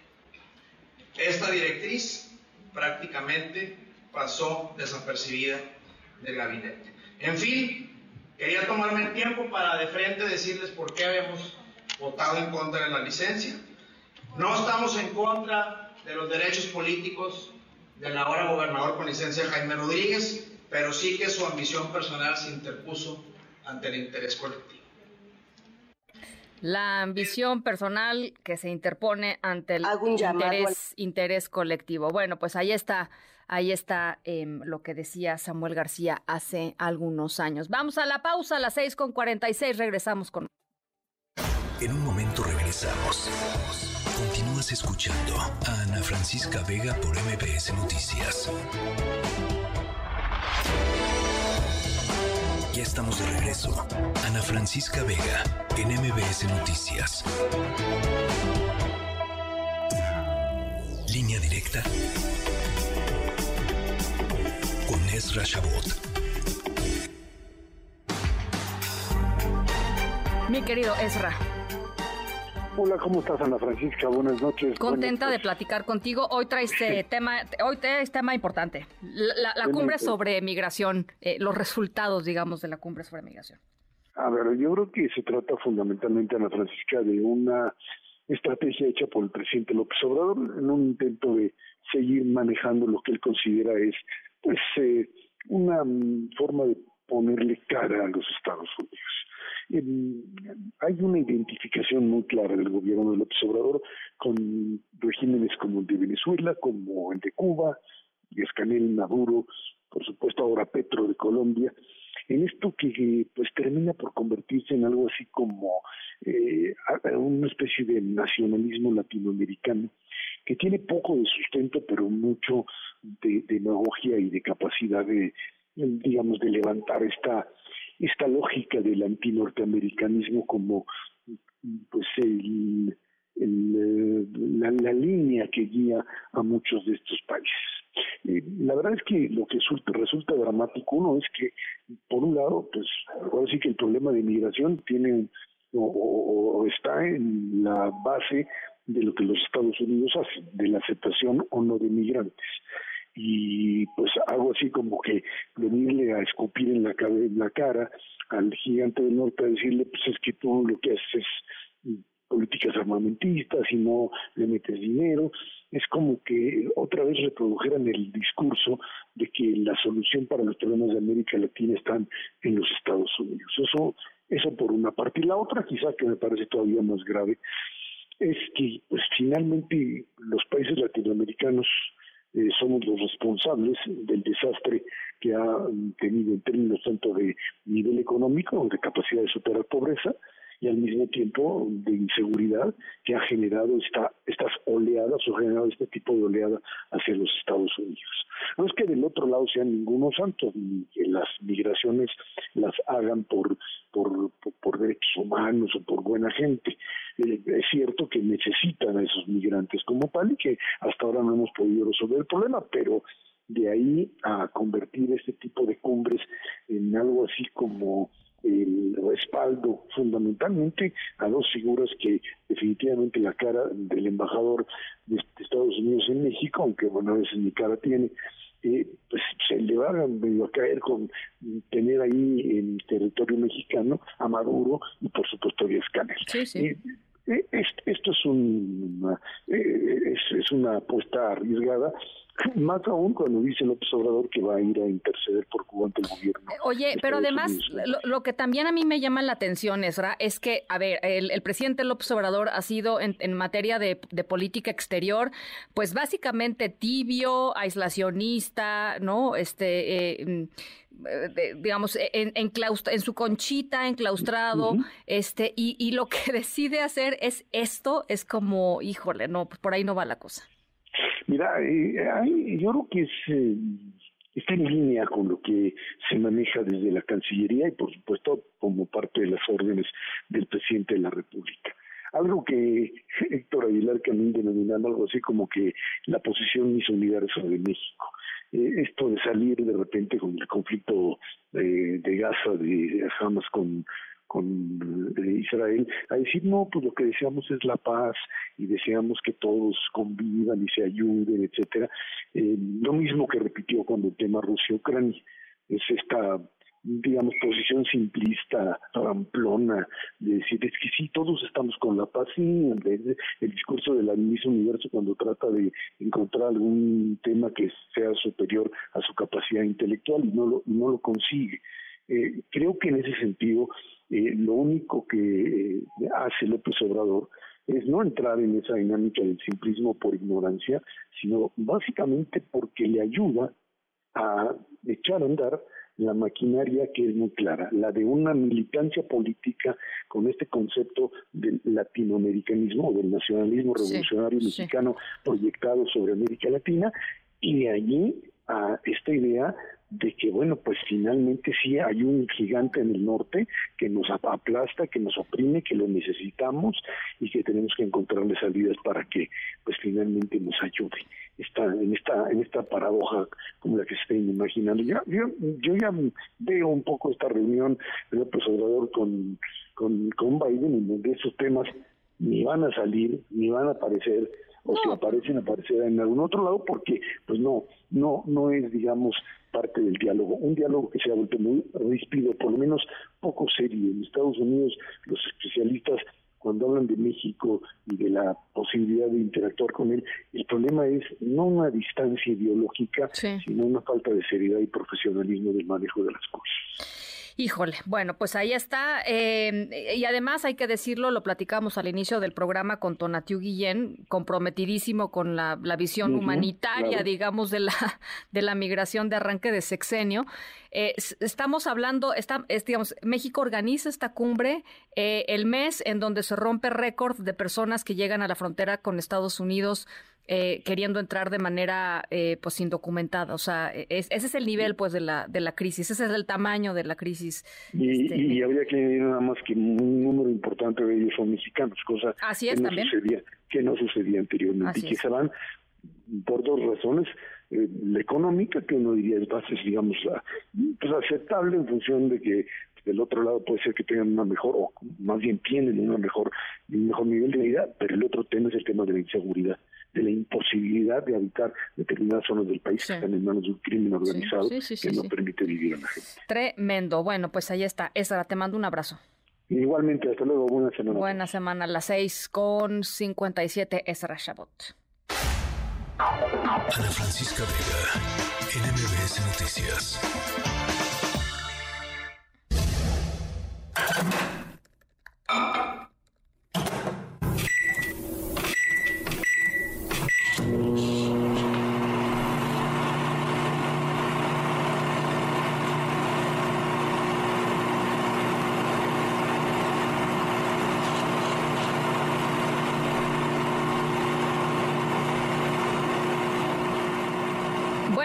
Esta directriz prácticamente pasó desapercibida del gabinete. En fin, quería tomarme el tiempo para de frente decirles por qué habíamos votado en contra de la licencia. No estamos en contra de los derechos políticos del ahora gobernador con licencia Jaime Rodríguez, pero sí que su ambición personal se interpuso ante el interés colectivo. La ambición personal que se interpone ante el interés, al... interés colectivo. Bueno, pues ahí está, ahí está eh, lo que decía Samuel García hace algunos años. Vamos a la pausa a las seis con cuarenta y seis, regresamos con... En un momento regresamos. Continúas escuchando a Ana Francisca Vega por M B S Noticias. Ya estamos de regreso. Ana Francisca Vega, en M B S Noticias. Línea directa con Ezra Shabot. Mi querido Ezra. Hola, ¿cómo estás, Ana Francisca? Buenas noches. Contenta Buenas de platicar contigo. Hoy traes eh, tema, hoy traes tema importante. La, la, la cumbre sobre migración, eh, los resultados, digamos, de la cumbre sobre migración. A ver, yo creo que se trata fundamentalmente, Ana Francisca, de una estrategia hecha por el presidente López Obrador en un intento de seguir manejando lo que él considera es, pues, eh, una um, forma de ponerle cara a los Estados Unidos. Eh, hay una identificación muy clara del gobierno de López Obrador con regímenes como el de Venezuela, como el de Cuba, Díaz-Canel, Maduro, por supuesto ahora Petro de Colombia, en esto que pues termina por convertirse en algo así como eh, una especie de nacionalismo latinoamericano que tiene poco de sustento pero mucho de demagogia y de capacidad de, digamos, de levantar esta esta lógica del antinorteamericanismo como pues el, el, la, la línea que guía a muchos de estos países. Eh, la verdad es que lo que resulta, resulta dramático, uno es que, por un lado, pues ahora sí que el problema de migración tiene o, o, o está en la base de lo que los Estados Unidos hacen, de la aceptación o no de migrantes. Y pues algo así como que venirle a escupir en la, en la cara al gigante del norte a decirle, pues es que tú lo que haces es políticas armamentistas y no le metes dinero. Es como que otra vez reprodujeran el discurso de que la solución para los problemas de América Latina están en los Estados Unidos. Eso, eso por una parte. Y la otra, quizá que me parece todavía más grave, es que pues finalmente los países latinoamericanos eh, somos los responsables del desastre que ha tenido en términos tanto de nivel económico, de capacidad de superar pobreza, y al mismo tiempo de inseguridad que ha generado esta, estas oleadas o generado este tipo de oleada hacia los Estados Unidos. No es que del otro lado sean ningunos santos, ni que las migraciones las hagan por, por, por, por derechos humanos o por buena gente. Eh, es cierto que necesitan a esos migrantes como tal y que hasta ahora no hemos podido resolver el problema, pero de ahí a convertir este tipo de cumbres en algo así como el respaldo fundamentalmente a dos figuras que definitivamente la cara del embajador de Estados Unidos en México, aunque bueno, a veces ni cara tiene, eh, pues se le va a, medio a caer con tener ahí en territorio mexicano a Maduro y por supuesto a Díaz-Canel. Sí, sí. Eh, eh, esto es, un, una, eh, es, es una apuesta arriesgada, más aún cuando dice López Obrador que va a ir a interceder por Cuba ante el gobierno. Oye, pero además, lo, lo que también a mí me llama la atención, Ezra, es que, a ver, el, el presidente López Obrador ha sido en, en materia de, de política exterior, pues básicamente tibio, aislacionista, ¿no? Este, eh, de, digamos, en, en, claustra, en su conchita, enclaustrado, uh-huh. este, y, y lo que decide hacer es esto, es como, híjole, no, pues por ahí no va la cosa. Mira, eh, hay, yo creo que es, eh, está en línea con lo que se maneja desde la Cancillería y por supuesto como parte de las órdenes del presidente de la República. Algo que Héctor Aguilar Camín denominando algo así como que la posición Miss Universo de México. Eh, esto de salir de repente con el conflicto de, de Gaza, de Hamas con con Israel, a decir, no, pues lo que deseamos es la paz y deseamos que todos convivan y se ayuden, etcétera. Eh, lo mismo que repitió cuando el tema Rusia-Ucrania. Es esta, digamos, posición simplista, ramplona, de decir, es que sí, todos estamos con la paz, sí, el, el discurso de la Miss Universo cuando trata de encontrar algún tema que sea superior a su capacidad intelectual y no lo, no lo consigue. Eh, creo que en ese sentido eh, lo único que eh, hace López Obrador es no entrar en esa dinámica del simplismo por ignorancia, sino básicamente porque le ayuda a echar a andar la maquinaria que es muy clara, la de una militancia política con este concepto del latinoamericanismo o del nacionalismo revolucionario sí, mexicano sí. proyectado sobre América Latina, y de allí a esta idea de que, bueno, pues finalmente sí hay un gigante en el norte que nos aplasta, que nos oprime, que lo necesitamos y que tenemos que encontrarle salidas para que, pues finalmente nos ayude. Está en esta en esta paradoja como la que se estén imaginando. Yo, yo, yo ya veo un poco esta reunión de López Obrador con, con, con Biden, en donde esos temas ni van a salir, ni van a aparecer, o no. si aparecen, aparecerán en algún otro lado, porque pues no, no, no es, digamos, parte del diálogo, un diálogo que se ha vuelto muy ríspido, por lo menos poco serio. En Estados Unidos los especialistas cuando hablan de México y de la posibilidad de interactuar con él, el problema es no una distancia ideológica, sí. sino una falta de seriedad y profesionalismo del manejo de las cosas. Híjole, bueno, pues ahí está. Eh, y además hay que decirlo, lo platicamos al inicio del programa con Tonatiuh Guillén, comprometidísimo con la, la visión uh-huh, humanitaria, claro. digamos, de la de la migración de arranque de sexenio. Eh, estamos hablando, está, es, digamos, México organiza esta cumbre eh, el mes en donde se rompe récord de personas que llegan a la frontera con Estados Unidos Eh, queriendo entrar de manera eh, pues indocumentada, o sea, es, ese es el nivel pues de la de la crisis, ese es el tamaño de la crisis. Y, este, y habría que añadir nada más que un número importante de ellos son mexicanos, cosa así es, que, no también. Sucedía, que no sucedía anteriormente así y que es. se van por dos razones. Eh, la económica, que uno diría es base, digamos, la, pues aceptable en función de que del otro lado puede ser que tengan una mejor, o más bien tienen una mejor, un mejor nivel de vida, pero el otro tema es el tema de la inseguridad, de la imposibilidad de habitar determinadas zonas del país sí. que están en manos de un crimen organizado sí, sí, sí, que sí, no sí. permite vivir a la gente. Tremendo. Bueno, pues ahí está. Ezra, te mando un abrazo. Igualmente, hasta luego. Buena semana. Buena semana. A las seis con cincuenta y siete, Ezra Shabot. Ana Francisca Vega, N M B S Noticias.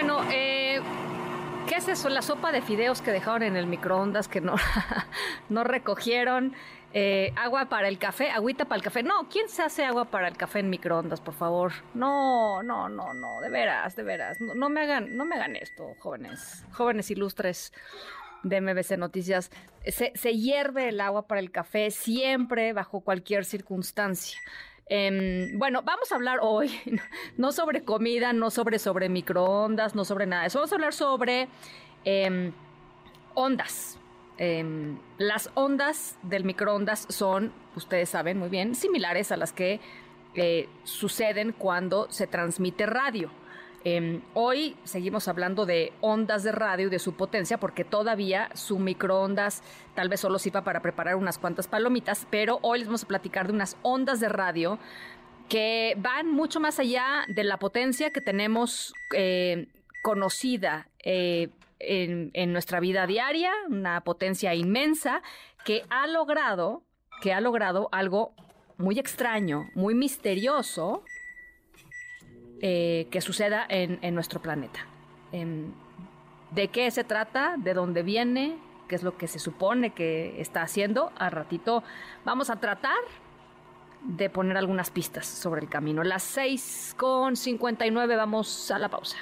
Bueno, eh, ¿qué es eso? La sopa de fideos que dejaron en el microondas que no, no recogieron. Eh, agua para el café, agüita para el café. No, ¿quién se hace agua para el café en microondas, por favor? No, no, no, no, de veras, de veras. No, no me hagan, no me hagan esto, jóvenes, jóvenes ilustres de M B C Noticias. Se, se hierve el agua para el café siempre, bajo cualquier circunstancia. Eh, bueno, vamos a hablar hoy no sobre comida, no sobre, sobre microondas, no sobre nada de eso. Vamos a hablar sobre eh, ondas. Eh, las ondas del microondas son, ustedes saben muy bien, similares a las que eh, suceden cuando se transmite radio. Eh, hoy seguimos hablando de ondas de radio y de su potencia, porque todavía su microondas tal vez solo sirva para preparar unas cuantas palomitas, pero hoy les vamos a platicar de unas ondas de radio que van mucho más allá de la potencia que tenemos eh, conocida eh, en, en nuestra vida diaria, una potencia inmensa que ha logrado, que ha logrado algo muy extraño, muy misterioso, Eh, que suceda en, en nuestro planeta. Eh, ¿De qué se trata? ¿De dónde viene? ¿Qué es lo que se supone que está haciendo? Al ratito vamos a tratar de poner algunas pistas sobre el camino. Las seis con cincuenta y nueve, vamos a la pausa.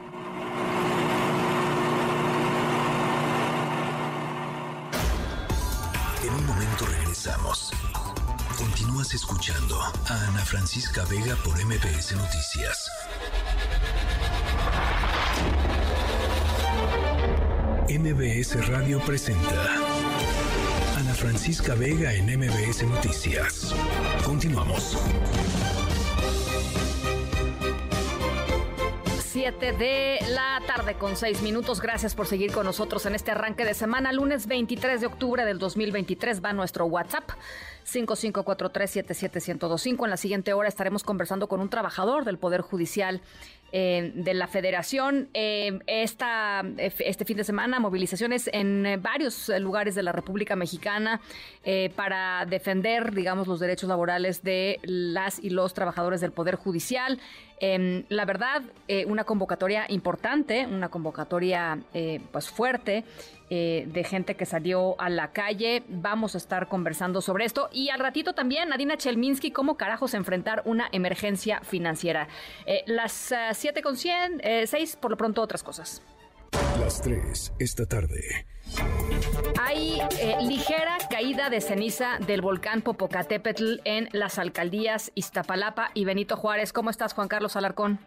En un momento regresamos. Continúas escuchando a Ana Francisca Vega por M B S Noticias. M B S Radio presenta Ana Francisca Vega en M B S Noticias. Continuamos. siete de la tarde con seis minutos. Gracias por seguir con nosotros en este arranque de semana. Lunes veintitrés de octubre del dos mil veintitrés va nuestro WhatsApp cinco cinco cuatro tres siete siete uno cero dos cinco. En la siguiente hora estaremos conversando con un trabajador del Poder Judicial eh, de la Federación. Eh, esta, este fin de semana, movilizaciones en eh, varios lugares de la República Mexicana eh, para defender, digamos, los derechos laborales de las y los trabajadores del Poder Judicial. Eh, la verdad, eh, una convocatoria importante, una convocatoria eh, pues fuerte, eh, de gente que salió a la calle. Vamos a estar conversando sobre esto. Y al ratito también, Nadina Chelminsky, cómo carajos enfrentar una emergencia financiera. Eh, las uh, siete con cien, eh, seis, por lo pronto otras cosas. Las tres, esta tarde. Hay eh, ligera caída de ceniza del volcán Popocatépetl en las alcaldías Iztapalapa y Benito Juárez. ¿Cómo estás, Juan Carlos Alarcón?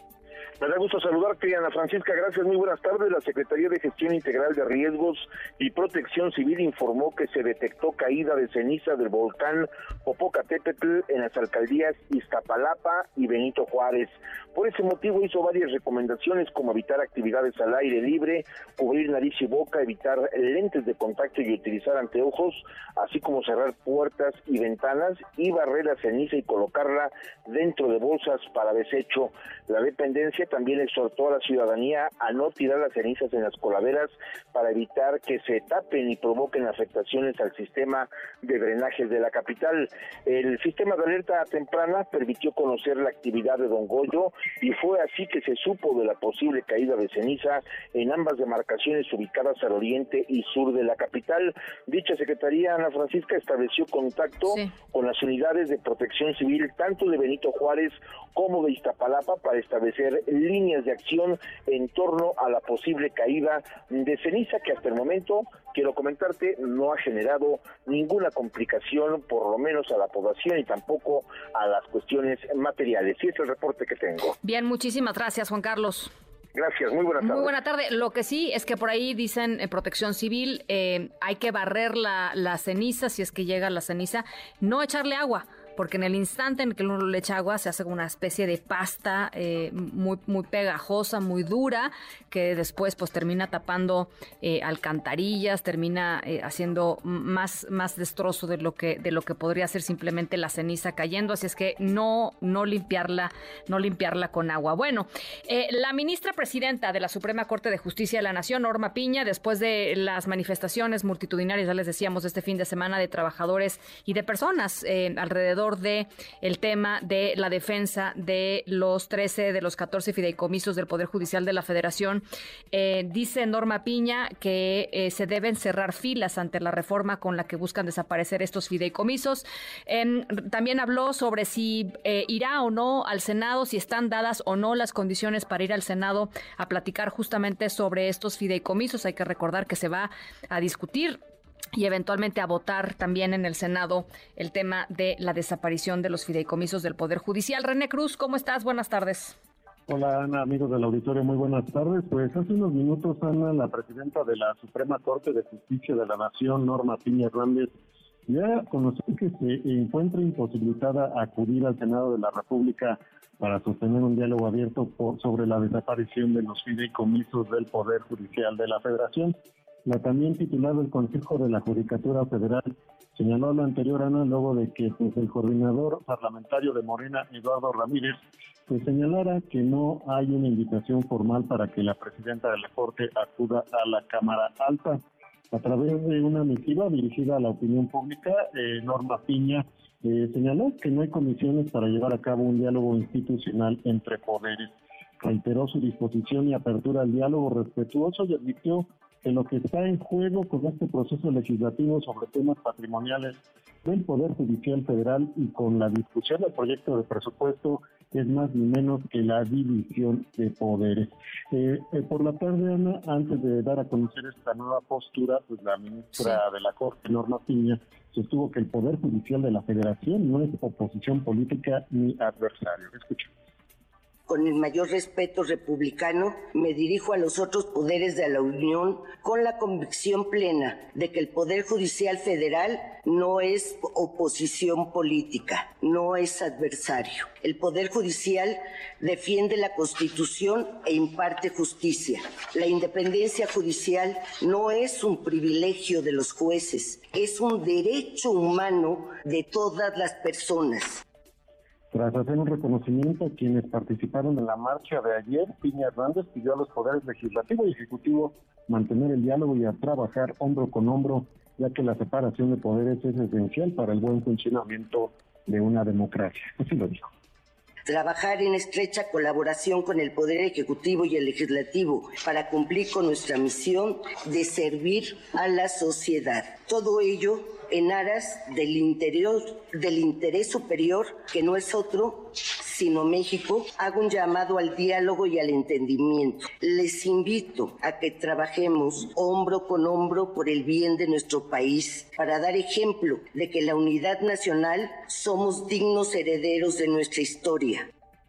Me da gusto saludarte, Ana Francisca. Gracias, muy buenas tardes. La Secretaría de Gestión Integral de Riesgos y Protección Civil informó que se detectó caída de ceniza del volcán Popocatépetl en las alcaldías Iztapalapa y Benito Juárez. Por ese motivo hizo varias recomendaciones, como evitar actividades al aire libre, cubrir nariz y boca, evitar lentes de contacto y utilizar anteojos, así como cerrar puertas y ventanas y barrer la ceniza y colocarla dentro de bolsas para desecho. La dependencia también exhortó a la ciudadanía a no tirar las cenizas en las coladeras para evitar que se tapen y provoquen afectaciones al sistema de drenajes de la capital. El sistema de alerta temprana permitió conocer la actividad de Don Goyo y fue así que se supo de la posible caída de ceniza en ambas demarcaciones ubicadas al oriente y sur de la capital. Dicha secretaría, Ana Francisca, estableció contacto sí. con las unidades de protección civil tanto de Benito Juárez como de Iztapalapa para establecer líneas de acción en torno a la posible caída de ceniza, que hasta el momento, quiero comentarte, no ha generado ninguna complicación, por lo menos a la población y tampoco a las cuestiones materiales. Y es el reporte que tengo. Bien, muchísimas gracias, Juan Carlos. Gracias, muy buena tarde. Muy buena tarde. Lo que sí es que por ahí dicen en Protección Civil, eh, hay que barrer la, la ceniza, si es que llega la ceniza, no echarle agua, porque en el instante en que uno le echa agua se hace una especie de pasta eh, muy, muy pegajosa, muy dura, que después pues termina tapando eh, alcantarillas, termina eh, haciendo más, más destrozo de lo que de lo que podría ser simplemente la ceniza cayendo. Así es que no, no limpiarla, no limpiarla con agua. Bueno, eh, la ministra presidenta de la Suprema Corte de Justicia de la Nación, Norma Piña, después de las manifestaciones multitudinarias, ya les decíamos, de este fin de semana de trabajadores y de personas eh, alrededor alrededor de el tema de la defensa de los trece de los catorce fideicomisos del Poder Judicial de la Federación. Eh, dice Norma Piña que eh, se deben cerrar filas ante la reforma con la que buscan desaparecer estos fideicomisos. Eh, también habló sobre si eh, irá o no al Senado, si están dadas o no las condiciones para ir al Senado a platicar justamente sobre estos fideicomisos. Hay que recordar que se va a discutir y eventualmente a votar también en el Senado el tema de la desaparición de los fideicomisos del Poder Judicial. René Cruz, ¿cómo estás? Buenas tardes. Hola, Ana, amigos del auditorio, muy buenas tardes. Pues hace unos minutos, Ana, la presidenta de la Suprema Corte de Justicia de la Nación, Norma Piña Hernández, ya conoció que se encuentra imposibilitada a acudir al Senado de la República para sostener un diálogo abierto por, sobre la desaparición de los fideicomisos del Poder Judicial de la Federación. La también titular del Consejo de la Judicatura Federal señaló lo anterior, Ana, luego de que pues, el coordinador parlamentario de Morena, Eduardo Ramírez, pues señalara que no hay una invitación formal para que la presidenta de la Corte acuda a la Cámara Alta. A través de una misiva dirigida a la opinión pública, eh, Norma Piña eh, señaló que no hay condiciones para llevar a cabo un diálogo institucional entre poderes. Reiteró su disposición y apertura al diálogo respetuoso y advirtió que lo que está en juego con este proceso legislativo sobre temas patrimoniales del Poder Judicial Federal y con la discusión del proyecto de presupuesto es más ni menos que la división de poderes. Eh, eh, por la tarde, Ana, antes de dar a conocer esta nueva postura, pues la ministra sí. de la Corte, Norma Piña, sostuvo que el Poder Judicial de la Federación no es oposición política ni adversario. Escuchen. Con el mayor respeto republicano, me dirijo a los otros poderes de la Unión con la convicción plena de que el Poder Judicial Federal no es oposición política, no es adversario. El Poder Judicial defiende la Constitución e imparte justicia. La independencia judicial no es un privilegio de los jueces, es un derecho humano de todas las personas. Tras hacer un reconocimiento a quienes participaron en la marcha de ayer, Piña Hernández pidió a los poderes legislativo y ejecutivo mantener el diálogo y a trabajar hombro con hombro, ya que la separación de poderes es esencial para el buen funcionamiento de una democracia. Así lo dijo. Trabajar en estrecha colaboración con el Poder Ejecutivo y el Legislativo para cumplir con nuestra misión de servir a la sociedad. Todo ello en aras del interior, del interés superior, que no es otro sino México. Hago un llamado al diálogo y al entendimiento. Les invito a que trabajemos hombro con hombro por el bien de nuestro país, para dar ejemplo de que la unidad nacional somos dignos herederos de nuestra historia.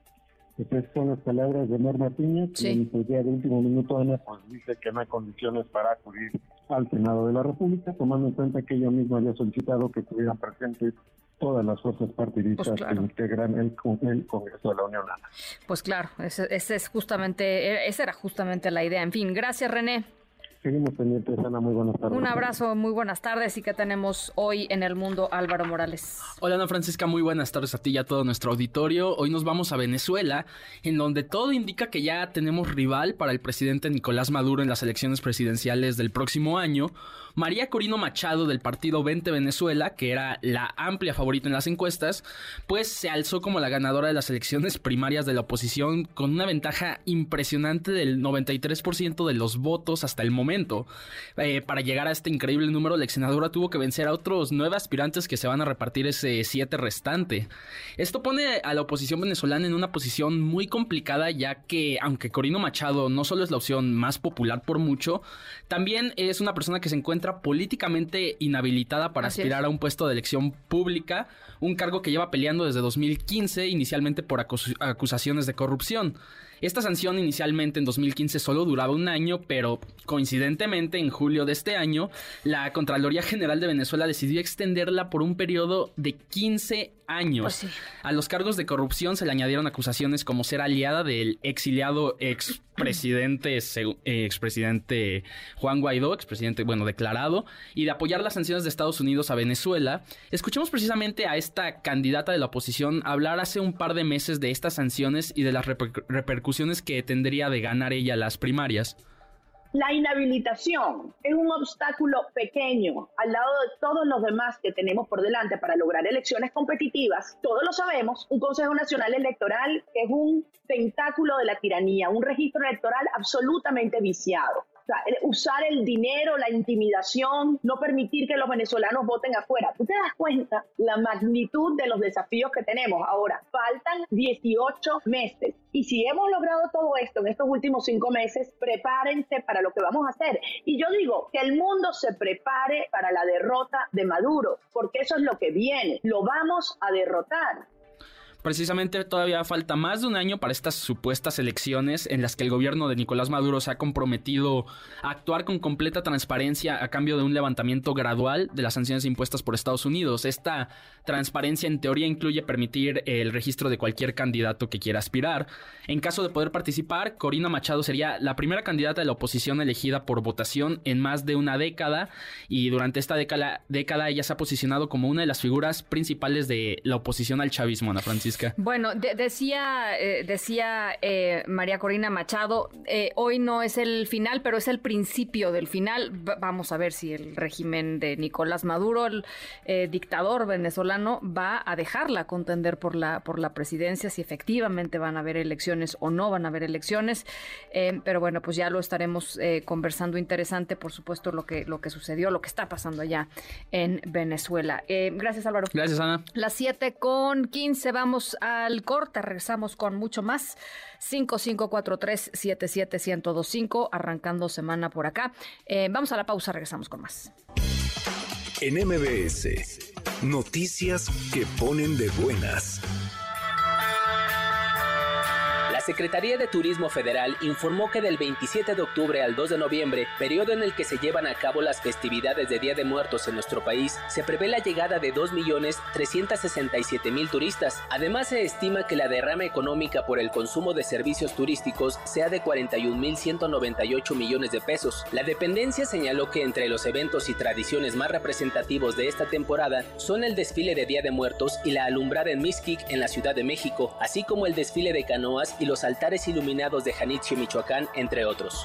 Estas son las palabras de Norma Piña, que sí. pues ya de último minuto, Ana, pues dice que no hay condiciones para acudir al Senado de la República, tomando en cuenta que ella misma había solicitado que estuvieran presentes todas las fuerzas partidistas pues claro. que integran el, el Congreso de la Unión. Ana. Pues claro, ese, ese es justamente, esa era justamente la idea. En fin, gracias, René. Seguimos pendientes, Ana, muy buenas tardes. Un abrazo, muy buenas tardes. ¿Y qué tenemos hoy en el mundo, Álvaro Morales? Hola, Ana Francisca, muy buenas tardes a ti y a todo nuestro auditorio. Hoy nos vamos a Venezuela, en donde todo indica que ya tenemos rival para el presidente Nicolás Maduro en las elecciones presidenciales del próximo año. María Corina Machado, del partido Vente Venezuela, que era la amplia favorita en las encuestas, pues se alzó como la ganadora de las elecciones primarias de la oposición con una ventaja impresionante del noventa y tres por ciento de los votos hasta el momento. Eh, para llegar a este increíble número, la ex senadora tuvo que vencer a otros nueve aspirantes que se van a repartir ese siete restante. Esto pone a la oposición venezolana en una posición muy complicada, ya que aunque Corina Machado no solo es la opción más popular por mucho, también es una persona que se encuentra políticamente inhabilitada para Así aspirar es. a un puesto de elección pública, un cargo que lleva peleando desde dos mil quince, inicialmente por acus- acusaciones de corrupción. Esta sanción inicialmente en dos mil quince solo duraba un año, pero coincidentemente en julio de este año, la Contraloría General de Venezuela decidió extenderla por un periodo de quince años. Pues sí. A los cargos de corrupción se le añadieron acusaciones como ser aliada del exiliado expresidente, eh, expresidente Juan Guaidó, expresidente, bueno, declarado, y de apoyar las sanciones de Estados Unidos a Venezuela. Escuchemos precisamente a esta candidata de la oposición hablar hace un par de meses de estas sanciones y de las reper- repercusiones que tendría de ganar ella las primarias. La inhabilitación es un obstáculo pequeño al lado de todos los demás que tenemos por delante para lograr elecciones competitivas. Todos lo sabemos, un Consejo Nacional Electoral que es un tentáculo de la tiranía, un registro electoral absolutamente viciado. O sea, usar el dinero, la intimidación, no permitir que los venezolanos voten afuera. ¿Tú te das cuenta la magnitud de los desafíos que tenemos? Ahora, faltan dieciocho meses. Y si hemos logrado todo esto en estos últimos cinco meses, prepárense para lo que vamos a hacer. Y yo digo que el mundo se prepare para la derrota de Maduro, porque eso es lo que viene. Lo vamos a derrotar. Precisamente todavía falta más de un año para estas supuestas elecciones en las que el gobierno de Nicolás Maduro se ha comprometido a actuar con completa transparencia a cambio de un levantamiento gradual de las sanciones impuestas por Estados Unidos. Esta transparencia en teoría incluye permitir el registro de cualquier candidato que quiera aspirar. En caso de poder participar, Corina Machado sería la primera candidata de la oposición elegida por votación en más de una década, y durante esta década, década ella se ha posicionado como una de las figuras principales de la oposición al chavismo, Ana Francisca. Bueno, de- decía eh, decía eh, María Corina Machado, eh, hoy no es el final, pero es el principio del final. V- vamos a ver si el régimen de Nicolás Maduro, el eh, dictador venezolano, va a dejarla contender por la por la presidencia, si efectivamente van a haber elecciones o no van a haber elecciones. Eh, pero bueno, pues ya lo estaremos eh, conversando. Interesante, por supuesto, lo que lo que sucedió, lo que está pasando allá en Venezuela. Eh, gracias, Álvaro. Gracias, Ana. Las siete con quince, vamos al corte, regresamos con mucho más. cinco cinco cuatro tres siete siete uno cero dos cinco, arrancando semana por acá. Eh, vamos a la pausa, regresamos con más. En M B S, noticias que ponen de buenas. La Secretaría de Turismo Federal informó que del veintisiete de octubre al dos de noviembre, periodo en el que se llevan a cabo las festividades de Día de Muertos en nuestro país, se prevé la llegada de dos millones trescientos sesenta y siete mil turistas. Además, se estima que la derrama económica por el consumo de servicios turísticos sea de cuarenta y un mil ciento noventa y ocho millones de pesos. La dependencia señaló que entre los eventos y tradiciones más representativos de esta temporada son el desfile de Día de Muertos y la alumbrada en Mixquic en la Ciudad de México, así como el desfile de canoas y los altares iluminados de Janitzio, Michoacán, entre otros.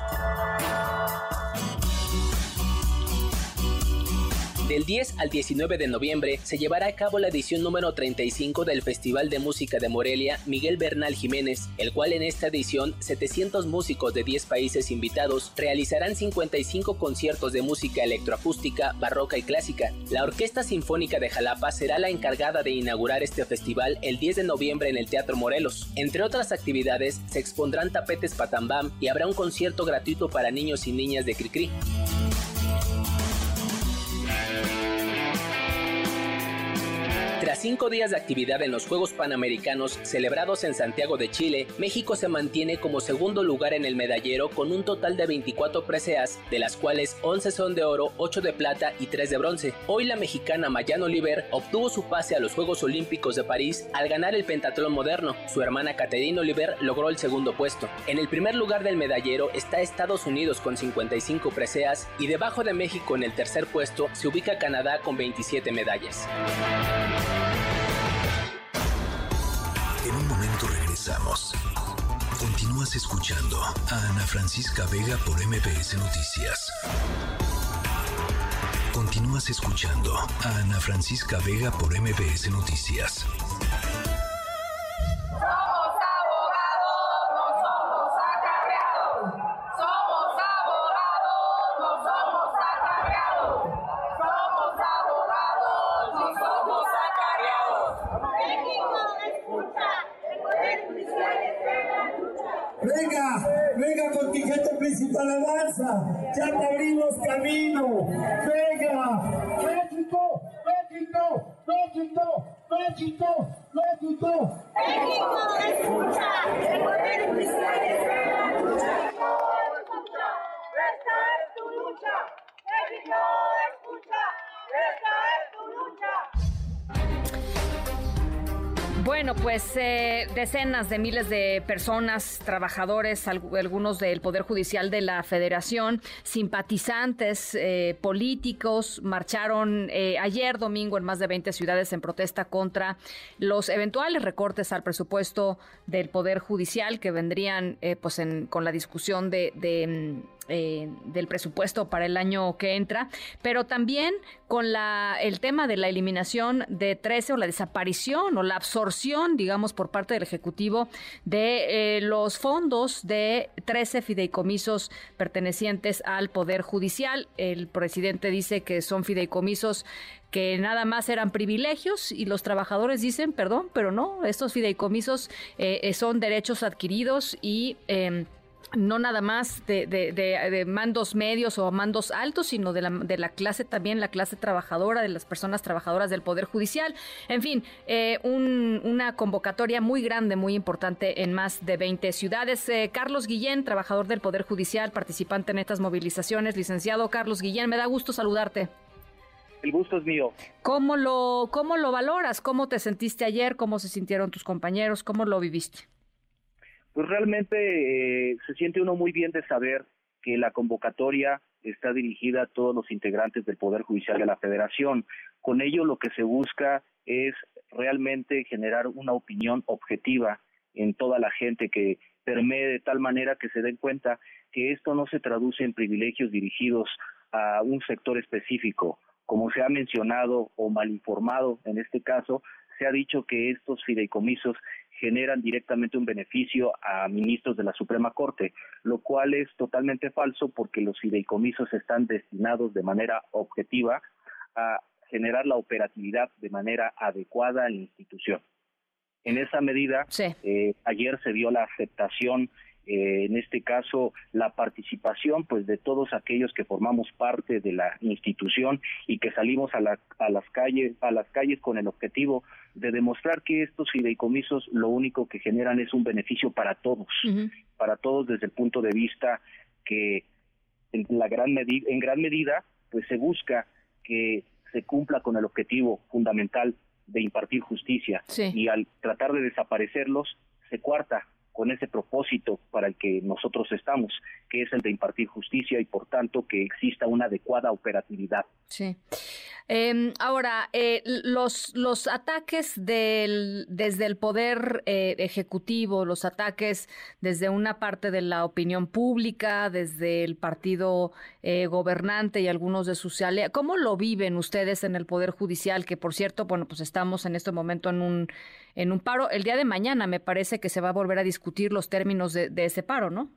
Del diez al diecinueve de noviembre se llevará a cabo la edición número treinta y cinco del Festival de Música de Morelia Miguel Bernal Jiménez, el cual en esta edición setecientos músicos de diez países invitados realizarán cincuenta y cinco conciertos de música electroacústica, barroca y clásica. La Orquesta Sinfónica de Jalapa será la encargada de inaugurar este festival el diez de noviembre en el Teatro Morelos. Entre otras actividades, se expondrán tapetes patambam y habrá un concierto gratuito para niños y niñas de Cricri. Tras cinco días de actividad en los Juegos Panamericanos celebrados en Santiago de Chile, México se mantiene como segundo lugar en el medallero con un total de veinticuatro preseas, de las cuales once son de oro, ocho de plata y tres de bronce. Hoy la mexicana Mayana Oliver obtuvo su pase a los Juegos Olímpicos de París al ganar el pentatlón moderno. Su hermana Caterina Oliver logró el segundo puesto. En el primer lugar del medallero está Estados Unidos con cincuenta y cinco preseas y debajo de México en el tercer puesto se ubica Canadá con veintisiete medallas. En un momento regresamos. Continúas escuchando a Ana Francisca Vega por M B S Noticias. Continúas escuchando a Ana Francisca Vega por M B S Noticias. Venga, venga contingente principal, avanza, ya te abrimos camino, venga, México, México, México, México, México. México escucha, el poder judicial está en la lucha. Escucha, esta es tu lucha. México escucha, esta es tu lucha. Bueno, pues eh, decenas de miles de personas, trabajadores, algunos del Poder Judicial de la Federación, simpatizantes, eh, políticos, marcharon eh, ayer domingo en más de veinte ciudades en protesta contra los eventuales recortes al presupuesto del Poder Judicial que vendrían eh, pues en, con la discusión de, de eh, del presupuesto para el año que entra, pero también con la el tema de la eliminación de trece o la desaparición o la absorción, digamos, por parte del Ejecutivo de eh, los fondos de trece fideicomisos pertenecientes al Poder Judicial. El presidente dice que son fideicomisos que nada más eran privilegios y los trabajadores dicen, perdón, pero no, estos fideicomisos eh, son derechos adquiridos y eh, no nada más de, de, de, de mandos medios o mandos altos, sino de la, de la clase también, la clase trabajadora, de las personas trabajadoras del Poder Judicial. En fin, eh, un, una convocatoria muy grande, muy importante en más de veinte ciudades. Eh, Carlos Guillén, trabajador del Poder Judicial, participante en estas movilizaciones. Licenciado Carlos Guillén, me da gusto saludarte. El gusto es mío. ¿Cómo lo, cómo lo valoras? ¿Cómo te sentiste ayer? ¿Cómo se sintieron tus compañeros? ¿Cómo lo viviste? Pues realmente eh, se siente uno muy bien de saber que la convocatoria está dirigida a todos los integrantes del Poder Judicial de la Federación. Con ello lo que se busca es realmente generar una opinión objetiva en toda la gente, que permee de tal manera que se den cuenta que esto no se traduce en privilegios dirigidos a un sector específico. Como se ha mencionado o mal informado en este caso, se ha dicho que estos fideicomisos generan directamente un beneficio a ministros de la Suprema Corte, lo cual es totalmente falso porque los fideicomisos están destinados de manera objetiva a generar la operatividad de manera adecuada a la institución. En esa medida, sí. eh, ayer se dio la aceptación, eh, en este caso la participación pues de todos aquellos que formamos parte de la institución y que salimos a, la, a las calles a las calles con el objetivo de demostrar que estos fideicomisos lo único que generan es un beneficio para todos, uh-huh. para todos desde el punto de vista que en la gran medida, en gran medida pues se busca que se cumpla con el objetivo fundamental de impartir justicia, sí. y al tratar de desaparecerlos se coarta con ese propósito para el que nosotros estamos, que es el de impartir justicia y por tanto que exista una adecuada operatividad. Sí. Eh, ahora, eh, los los ataques del desde el poder eh, ejecutivo, los ataques desde una parte de la opinión pública, desde el partido eh, gobernante y algunos de sus aliados, ¿cómo lo viven ustedes en el Poder Judicial? Que por cierto, bueno, pues estamos en este momento en un en un paro. El día de mañana me parece que se va a volver a discutir los términos de, de ese paro, ¿no?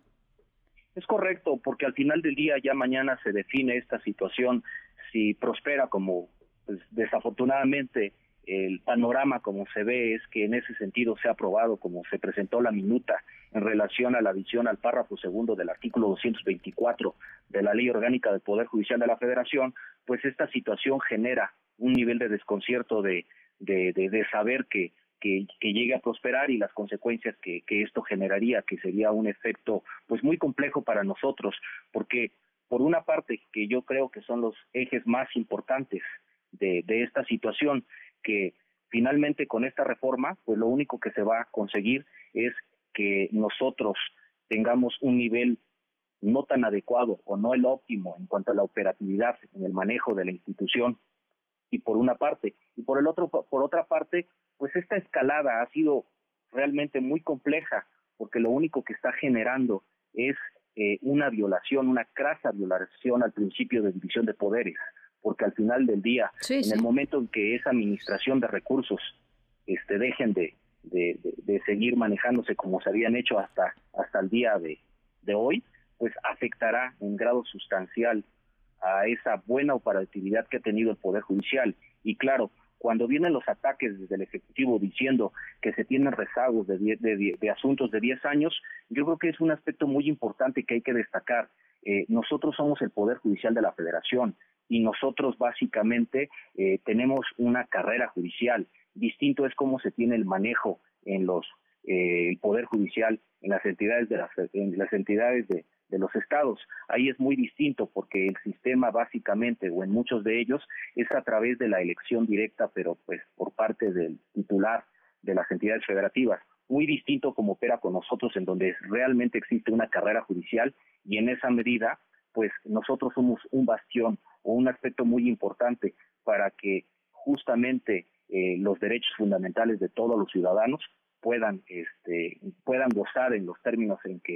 Es correcto, porque al final del día ya mañana se define esta situación. Si prospera, como pues, desafortunadamente el panorama como se ve es que en ese sentido se ha aprobado, como se presentó la minuta en relación a la adición al párrafo segundo del artículo doscientos veinticuatro de la Ley Orgánica del Poder Judicial de la Federación, pues esta situación genera un nivel de desconcierto de, de, de, de saber que, que, que llegue a prosperar y las consecuencias que, que esto generaría, que sería un efecto pues muy complejo para nosotros, porque por una parte, que yo creo que son los ejes más importantes de, de esta situación, que finalmente con esta reforma, pues lo único que se va a conseguir es que nosotros tengamos un nivel no tan adecuado o no el óptimo en cuanto a la operatividad en el manejo de la institución, y por una parte, y por el otro, por otra parte, pues esta escalada ha sido realmente muy compleja, porque lo único que está generando es Eh, una violación, una crasa violación al principio de división de poderes, porque al final del día, sí, en sí. el momento en que esa administración de recursos este, dejen de, de, de, de seguir manejándose como se habían hecho hasta, hasta el día de, de hoy, pues afectará en grado sustancial a esa buena operatividad que ha tenido el Poder Judicial. Y claro, cuando vienen los ataques desde el Ejecutivo diciendo que se tienen rezagos de, die, de, de, de asuntos de diez años, yo creo que es un aspecto muy importante que hay que destacar. Eh, nosotros somos el Poder Judicial de la Federación y nosotros básicamente eh, tenemos una carrera judicial. Distinto es cómo se tiene el manejo en los eh, el Poder Judicial, en las entidades de las, en las entidades de de los estados. Ahí es muy distinto porque el sistema básicamente, o en muchos de ellos, es a través de la elección directa, pero pues por parte del titular de las entidades federativas. Muy distinto como opera con nosotros, en donde realmente existe una carrera judicial, y en esa medida, pues nosotros somos un bastión o un aspecto muy importante para que justamente eh, los derechos fundamentales de todos los ciudadanos puedan, este, puedan gozar en los términos en que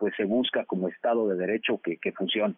pues se busca como Estado de Derecho que, que funcione.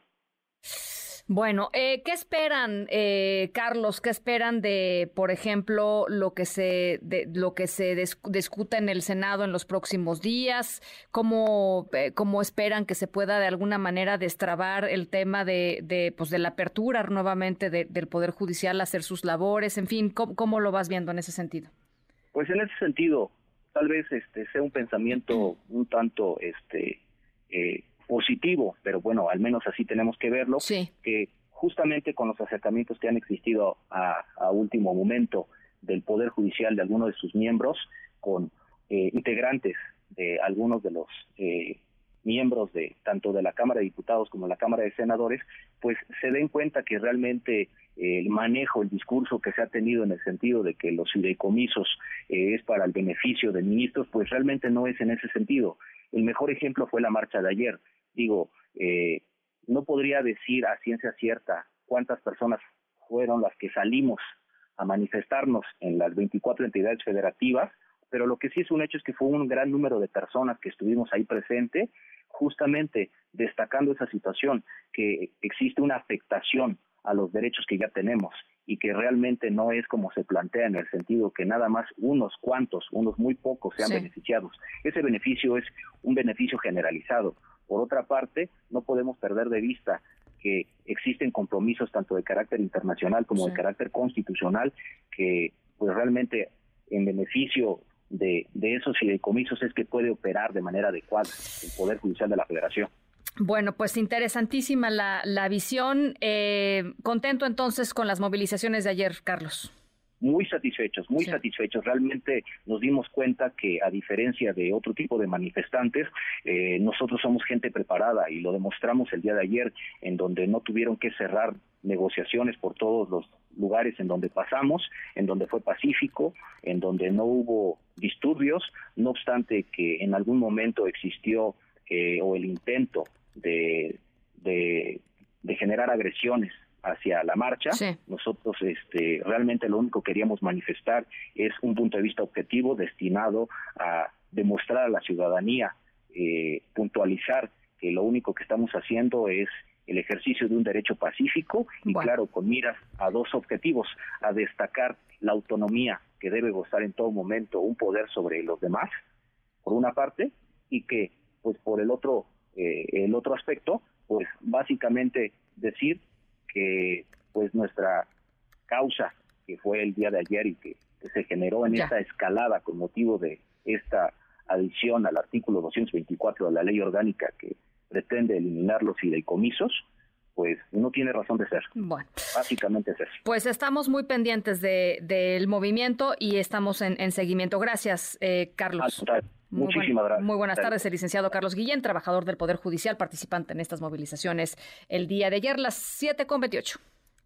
Bueno, eh, ¿qué esperan, eh, Carlos? ¿Qué esperan de, por ejemplo, lo que se de, lo que se des, discuta en el Senado en los próximos días? ¿Cómo, eh, cómo esperan que se pueda de alguna manera destrabar el tema de, de, pues, de la apertura nuevamente de, del Poder Judicial a hacer sus labores? En fin, ¿cómo, cómo lo vas viendo en ese sentido? Pues en ese sentido, tal vez este sea un pensamiento un tanto este eh, positivo, pero bueno, al menos así tenemos que verlo, sí. Que justamente con los acercamientos que han existido a, a último momento del Poder Judicial, de algunos de sus miembros, con eh, integrantes de algunos de los eh, miembros de tanto de la Cámara de Diputados como de la Cámara de Senadores, pues se den cuenta que realmente eh, el manejo, el discurso que se ha tenido en el sentido de que los fideicomisos eh, es para el beneficio de ministros, pues realmente no es en ese sentido. El mejor ejemplo fue la marcha de ayer. Digo, eh, no podría decir a ciencia cierta cuántas personas fueron las que salimos a manifestarnos en las veinticuatro entidades federativas, pero lo que sí es un hecho es que fue un gran número de personas que estuvimos ahí presente, justamente destacando esa situación, que existe una afectación a los derechos que ya tenemos y que realmente no es como se plantea, en el sentido que nada más unos cuantos, unos muy pocos sean sí. beneficiados. Ese beneficio es un beneficio generalizado. Por otra parte, no podemos perder de vista que existen compromisos tanto de carácter internacional como sí. de carácter constitucional que pues realmente en beneficio de, de esos fideicomisos es que puede operar de manera adecuada el Poder Judicial de la Federación. Bueno, pues interesantísima la, la visión. Eh, contento entonces con las movilizaciones de ayer, Carlos. Muy satisfechos, muy sí. satisfechos. Realmente nos dimos cuenta que, a diferencia de otro tipo de manifestantes, eh, nosotros somos gente preparada y lo demostramos el día de ayer, en donde no tuvieron que cerrar negociaciones por todos los lugares en donde pasamos, en donde fue pacífico, en donde no hubo disturbios, no obstante que en algún momento existió eh, o el intento de, de, de generar agresiones hacia la marcha. Sí. Nosotros este realmente lo único que queríamos manifestar es un punto de vista objetivo destinado a demostrar a la ciudadanía, eh, puntualizar que lo único que estamos haciendo es el ejercicio de un derecho pacífico y bueno. claro, con miras a dos objetivos: a destacar la autonomía que debe gozar en todo momento un poder sobre los demás, por una parte, y que pues por el otro eh, el otro aspecto, pues básicamente decir que pues nuestra causa, que fue el día de ayer y que, que se generó en ya. esta escalada con motivo de esta adición al artículo doscientos veinticuatro de la ley orgánica que pretende eliminar los fideicomisos, pues no tiene razón de ser. Bueno, básicamente es eso. Pues estamos muy pendientes de del movimiento y estamos en, en seguimiento. Gracias, eh, Carlos. Muy Muchísimas buen, gracias. Muy buenas tardes, el licenciado Carlos Guillén, trabajador del Poder Judicial, participante en estas movilizaciones el día de ayer, las siete con veintiocho.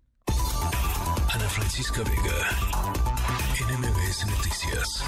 Ana Francisca Vega, N M B S Noticias.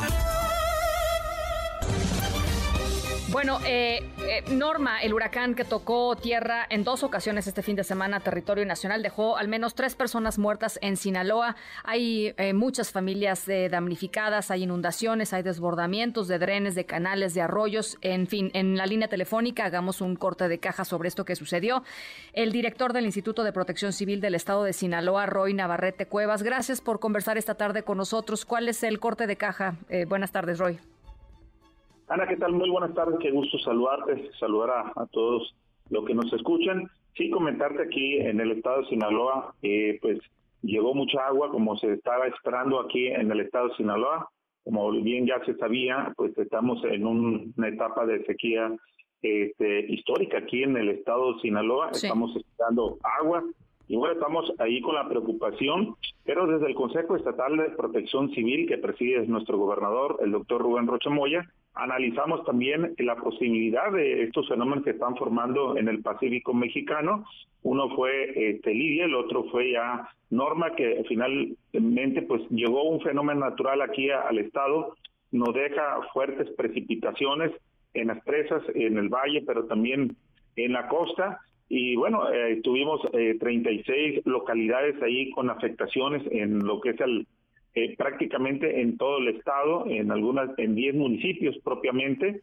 Bueno, eh, eh, Norma, el huracán que tocó tierra en dos ocasiones este fin de semana, territorio nacional, dejó al menos tres personas muertas en Sinaloa. Hay eh, muchas familias eh, damnificadas, hay inundaciones, hay desbordamientos de drenes, de canales, de arroyos. En fin, en la línea telefónica hagamos un corte de caja sobre esto que sucedió. El director del Instituto de Protección Civil del Estado de Sinaloa, Roy Navarrete Cuevas, gracias por conversar esta tarde con nosotros. ¿Cuál es el corte de caja? Eh, buenas tardes, Roy. Ana, ¿qué tal? Muy buenas tardes, qué gusto saludarte, saludar a, a todos los que nos escuchan. Sí, comentarte aquí en el estado de Sinaloa, eh, pues llegó mucha agua como se estaba esperando aquí en el estado de Sinaloa. Como bien ya se sabía, pues estamos en un, una etapa de sequía este, histórica aquí en el estado de Sinaloa. Sí. Estamos esperando agua. Y bueno, estamos ahí con la preocupación, pero desde el Consejo Estatal de Protección Civil, que preside nuestro gobernador, el doctor Rubén Rocha Moya, analizamos también la posibilidad de estos fenómenos que están formando en el Pacífico mexicano. Uno fue este, Lidia, el otro fue ya Norma, que finalmente pues llegó un fenómeno natural aquí a, al estado, nos deja fuertes precipitaciones en las presas, en el valle, pero también en la costa. Y bueno, eh, tuvimos eh, treinta y seis localidades ahí con afectaciones en lo que es el eh, prácticamente en todo el estado, en algunas, en diez municipios propiamente.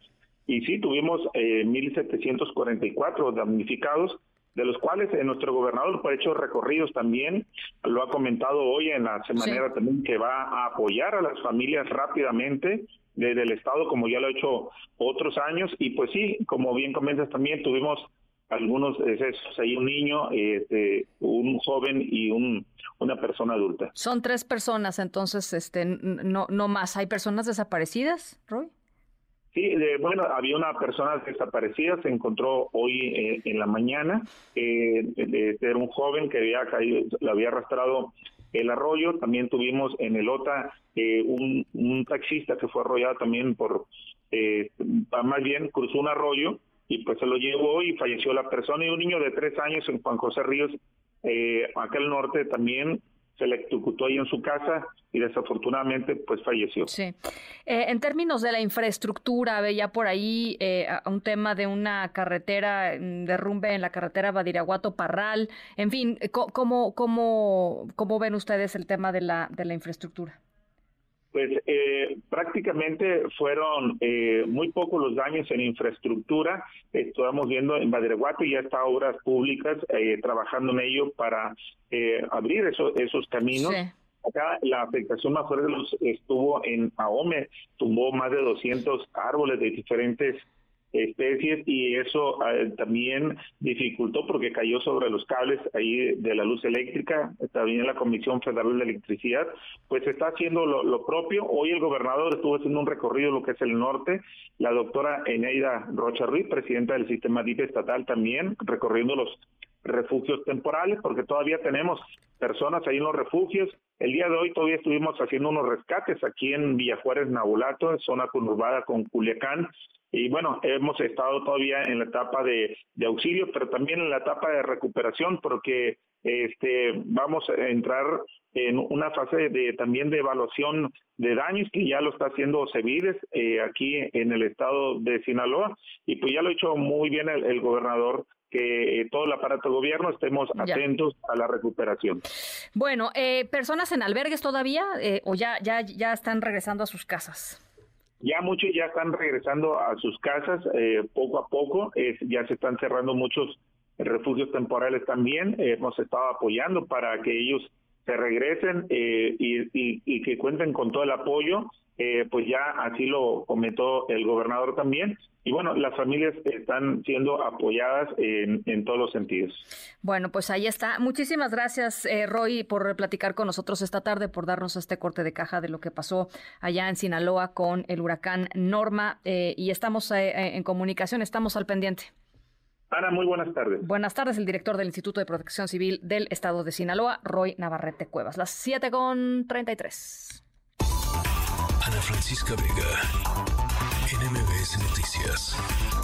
y sí, tuvimos eh, mil setecientos cuarenta y cuatro damnificados, de los cuales eh, nuestro gobernador por hecho recorridos también, lo ha comentado hoy en la semanera sí. también, que va a apoyar a las familias rápidamente desde el Estado, como ya lo ha hecho otros años, y pues sí, como bien comentas también, tuvimos algunos excesos, hay un niño, este, un joven y un una persona adulta. Son tres personas, entonces, este, no, no más. ¿Hay personas desaparecidas, Roy? Sí, de, bueno, había una persona desaparecida, se encontró hoy eh, en la mañana, eh, era un joven que había caído, lo había arrastrado el arroyo. También tuvimos en el Ota eh, un, un taxista que fue arrollado también por, eh, más bien cruzó un arroyo y pues se lo llevó y falleció la persona, y un niño de tres años en Juan José Ríos, eh, acá al norte también, se le electrocutó ahí en su casa y desafortunadamente pues falleció. Sí. Eh, en términos de la infraestructura, veía por ahí eh, un tema de una carretera, derrumbe en la carretera Badiraguato-Parral. En fin, ¿cómo, cómo, cómo ven ustedes el tema de la, de la infraestructura? Pues eh, prácticamente fueron eh, muy pocos los daños en infraestructura. Estamos viendo en Badiraguato ya está Obras Públicas eh, trabajando en ello para eh, abrir eso, esos caminos. Sí. Acá la afectación más fuerte estuvo en Ahome, tumbó más de doscientos árboles de diferentes especies, y eso eh, también dificultó porque cayó sobre los cables ahí de la luz eléctrica. También la Comisión Federal de Electricidad pues está haciendo lo, lo propio. Hoy el gobernador estuvo haciendo un recorrido lo que es el norte, la doctora Eneida Rocha Ruiz, presidenta del sistema D I P estatal, también recorriendo los refugios temporales, porque todavía tenemos personas ahí en los refugios. El día de hoy todavía estuvimos haciendo unos rescates aquí en Villajuárez, Nabolato, zona conurbada con Culiacán. Y bueno, hemos estado todavía en la etapa de, de auxilio, pero también en la etapa de recuperación, porque este vamos a entrar en una fase de también de evaluación de daños, que ya lo está haciendo Cevides eh, aquí en el estado de Sinaloa, y pues ya lo ha hecho muy bien el, el gobernador, que eh, todo el aparato de gobierno estemos atentos ya a la recuperación. Bueno, eh, ¿personas en albergues todavía eh, o ya, ya, ya están regresando a sus casas? Ya muchos ya están regresando a sus casas eh, poco a poco, eh, ya se están cerrando muchos refugios temporales también, eh, hemos estado apoyando para que ellos se regresen eh, y, y, y que cuenten con todo el apoyo, eh, pues ya así lo comentó el gobernador también. Y bueno, las familias están siendo apoyadas en, en todos los sentidos. Bueno, pues ahí está. Muchísimas gracias, eh, Roy, por platicar con nosotros esta tarde, por darnos este corte de caja de lo que pasó allá en Sinaloa con el huracán Norma. Eh, y estamos eh, en comunicación, estamos al pendiente. Ana, muy buenas tardes. Buenas tardes, el director del Instituto de Protección Civil del Estado de Sinaloa, Roy Navarrete Cuevas. Las siete con treinta y tres. Ana Francisca Vega, en M B S Noticias.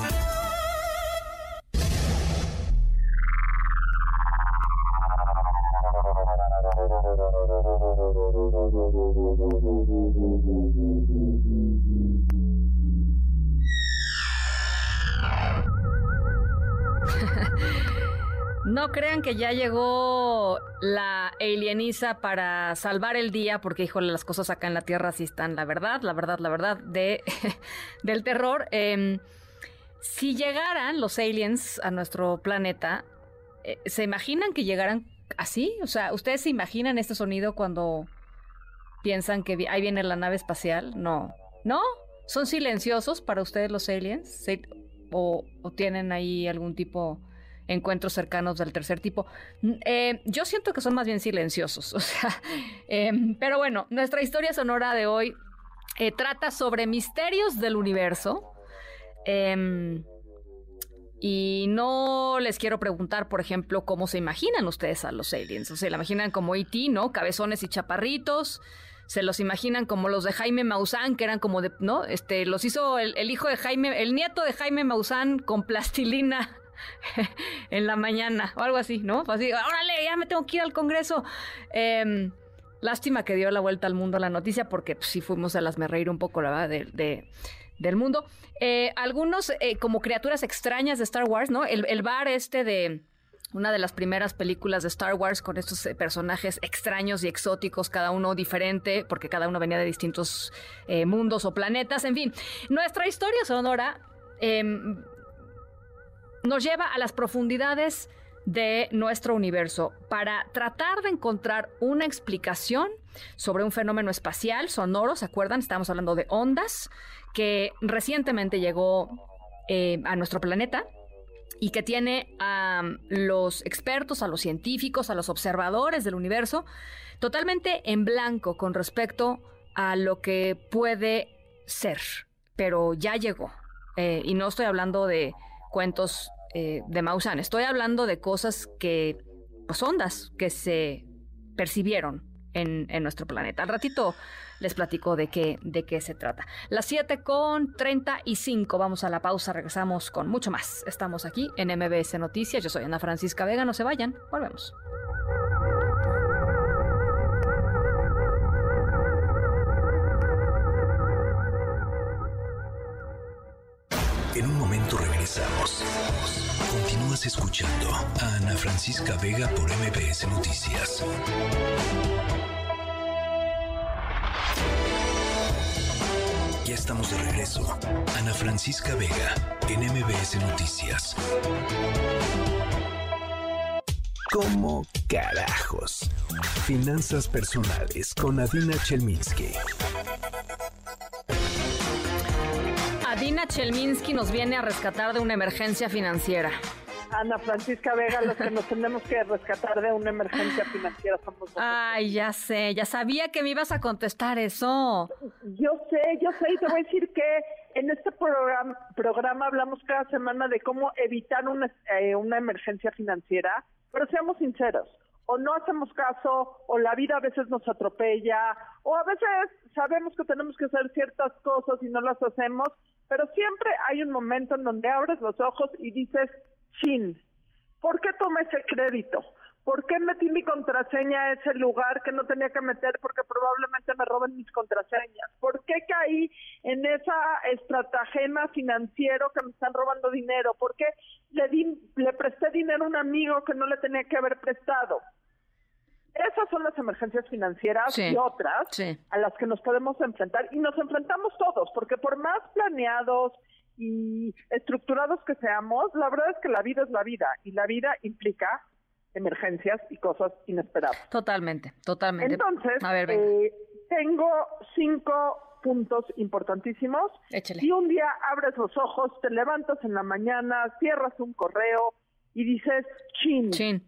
No crean que ya llegó la alieniza para salvar el día, porque, híjole, las cosas acá en la Tierra sí están, la verdad, la verdad, la verdad, de del terror. Eh, si llegaran los aliens a nuestro planeta, eh, ¿se imaginan que llegaran así? O sea, ¿ustedes se imaginan este sonido cuando piensan que vi- ahí viene la nave espacial? No. ¿No? ¿Son silenciosos para ustedes los aliens? ¿Sí? ¿O, o tienen ahí algún tipo... encuentros cercanos del tercer tipo? Eh, yo siento que son más bien silenciosos, o sea, eh, pero bueno, nuestra historia sonora de hoy eh, trata sobre misterios del universo, eh, y no les quiero preguntar, por ejemplo, cómo se imaginan ustedes a los aliens. O sea, la imaginan como E T, ¿no? Cabezones y chaparritos. Se los imaginan como los de Jaime Maussan, que eran como de, ¿no? Este, los hizo el, el hijo de Jaime, el nieto de Jaime Maussan con plastilina en la mañana o algo así, ¿no? Así, órale, ya me tengo que ir al Congreso. Eh, lástima que dio la vuelta al mundo la noticia, porque pues, sí fuimos a las reír un poco, la verdad, de, de, del mundo. Eh, algunos eh, como criaturas extrañas de Star Wars, ¿no? El, el bar este de una de las primeras películas de Star Wars con estos eh, personajes extraños y exóticos, cada uno diferente, porque cada uno venía de distintos eh, mundos o planetas. En fin, nuestra historia sonora eh, nos lleva a las profundidades de nuestro universo para tratar de encontrar una explicación sobre un fenómeno espacial sonoro. ¿Se acuerdan? Estamos hablando de ondas, que recientemente llegó eh, a nuestro planeta y que tiene a los expertos, a los científicos, a los observadores del universo totalmente en blanco con respecto a lo que puede ser, pero ya llegó. Eh, y no estoy hablando de cuentos eh, de Maussan, estoy hablando de cosas que, pues ondas que se percibieron en, en nuestro planeta. Al ratito les platico de qué, de qué se trata. Las siete con treinta y cinco, vamos a la pausa, regresamos con mucho más. Estamos aquí en M B S Noticias, yo soy Ana Francisca Vega, no se vayan, volvemos. En un momento regresamos. Continúas escuchando a Ana Francisca Vega por M B S Noticias. Ya estamos de regreso. Ana Francisca Vega en M B S Noticias. ¿Cómo carajos? Finanzas personales con Adina Chelminsky. Adina Chelminsky nos viene a rescatar de una emergencia financiera. Ana Francisca Vega, los que nos tenemos que rescatar de una emergencia financiera somos nosotros. Ay, ya sé, ya sabía que me ibas a contestar eso. Yo sé, yo sé, y te voy a decir que en este programa, programa hablamos cada semana de cómo evitar una, eh, una emergencia financiera, pero seamos sinceros, o no hacemos caso, o la vida a veces nos atropella, o a veces sabemos que tenemos que hacer ciertas cosas y no las hacemos, pero siempre hay un momento en donde abres los ojos y dices, chin, ¿por qué tomé ese crédito? ¿Por qué metí mi contraseña a ese lugar que no tenía que meter porque probablemente me roben mis contraseñas? ¿Por qué caí en esa estratagema financiero que me están robando dinero? ¿Por qué le, di, le presté dinero a un amigo que no le tenía que haber prestado? Esas son las emergencias financieras sí, y otras sí. a las que nos podemos enfrentar, y nos enfrentamos todos, porque por más planeados y estructurados que seamos, la verdad es que la vida es la vida, y la vida implica emergencias y cosas inesperadas. Totalmente, totalmente. Entonces, a ver, eh, tengo cinco puntos importantísimos. Échale. Y un día abres los ojos, te levantas en la mañana, cierras un correo y dices, chin. Chin.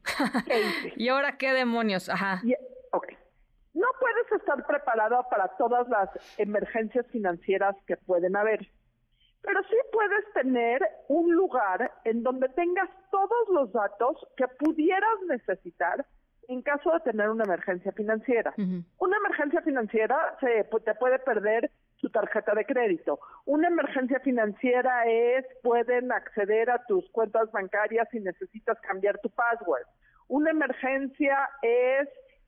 ¿Y ahora qué demonios? Ajá. Y, ok. No puedes estar preparado para todas las emergencias financieras que pueden haber, pero sí puedes tener un lugar en donde tengas todos los datos que pudieras necesitar en caso de tener una emergencia financiera. Uh-huh. Una emergencia financiera se te puede perder tu tarjeta de crédito. Una emergencia financiera es, pueden acceder a tus cuentas bancarias si necesitas cambiar tu password. Una emergencia es,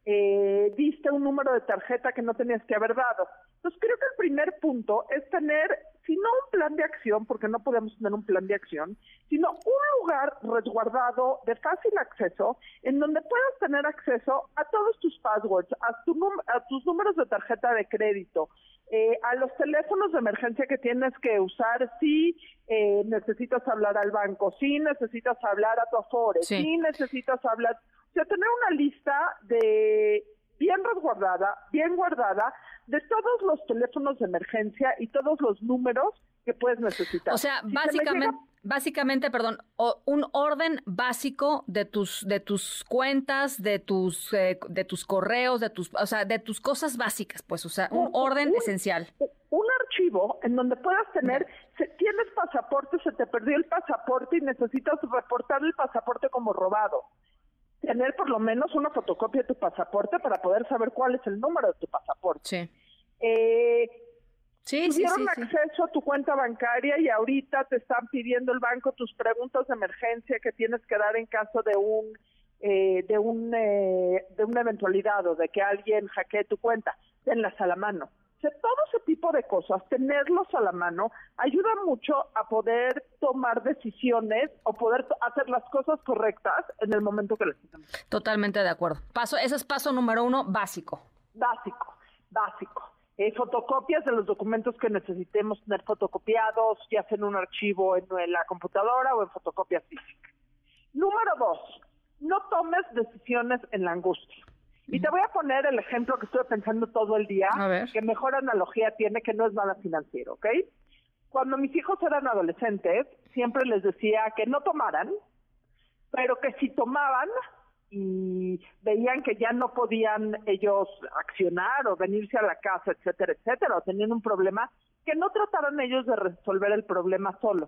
eh, diste un número de tarjeta que no tenías que haber dado. Entonces creo que el primer punto es tener, si no un plan de acción, porque no podemos tener un plan de acción, sino un lugar resguardado de fácil acceso, en donde puedas tener acceso a todos tus passwords, a, tu num- a tus números de tarjeta de crédito, eh, a los teléfonos de emergencia que tienes que usar si eh, necesitas hablar al banco, si necesitas hablar a tu Afore, sí. si necesitas hablar... O sea, tener una lista de bien resguardada, bien guardada, de todos los teléfonos de emergencia y todos los números que puedes necesitar. O sea, si básicamente, llega... básicamente, perdón, o, un orden básico de tus de tus cuentas, de tus eh, de tus correos, de tus, o sea, de tus cosas básicas, pues, o sea, un, un orden un, esencial. Un archivo en donde puedas tener, se, tienes pasaporte, se te perdió el pasaporte y necesitas reportar el pasaporte como robado. Tener por lo menos una fotocopia de tu pasaporte para poder saber cuál es el número de tu pasaporte. Sí. Eh, sí, tuvieron sí, sí, acceso sí. a tu cuenta bancaria y ahorita te están pidiendo el banco tus preguntas de emergencia que tienes que dar en caso de un eh, de un eh, de una eventualidad o de que alguien hackee tu cuenta. Tenlas a la mano. O sea, todo ese tipo de cosas, tenerlos a la mano, ayuda mucho a poder tomar decisiones o poder to- hacer las cosas correctas en el momento que necesitamos. Totalmente de acuerdo. Paso, ese es paso número uno, básico. Básico, básico. eh, fotocopias de los documentos que necesitemos tener fotocopiados, ya sea en un archivo en, en la computadora o en fotocopia física. Número dos, no tomes decisiones en la angustia. Y te voy a poner el ejemplo que estuve pensando todo el día, que mejor analogía tiene, que no es nada financiero, ¿ok? Cuando mis hijos eran adolescentes, siempre les decía que no tomaran, pero que si tomaban y veían que ya no podían ellos accionar o venirse a la casa, etcétera, etcétera, o tenían un problema, que no trataran ellos de resolver el problema solos.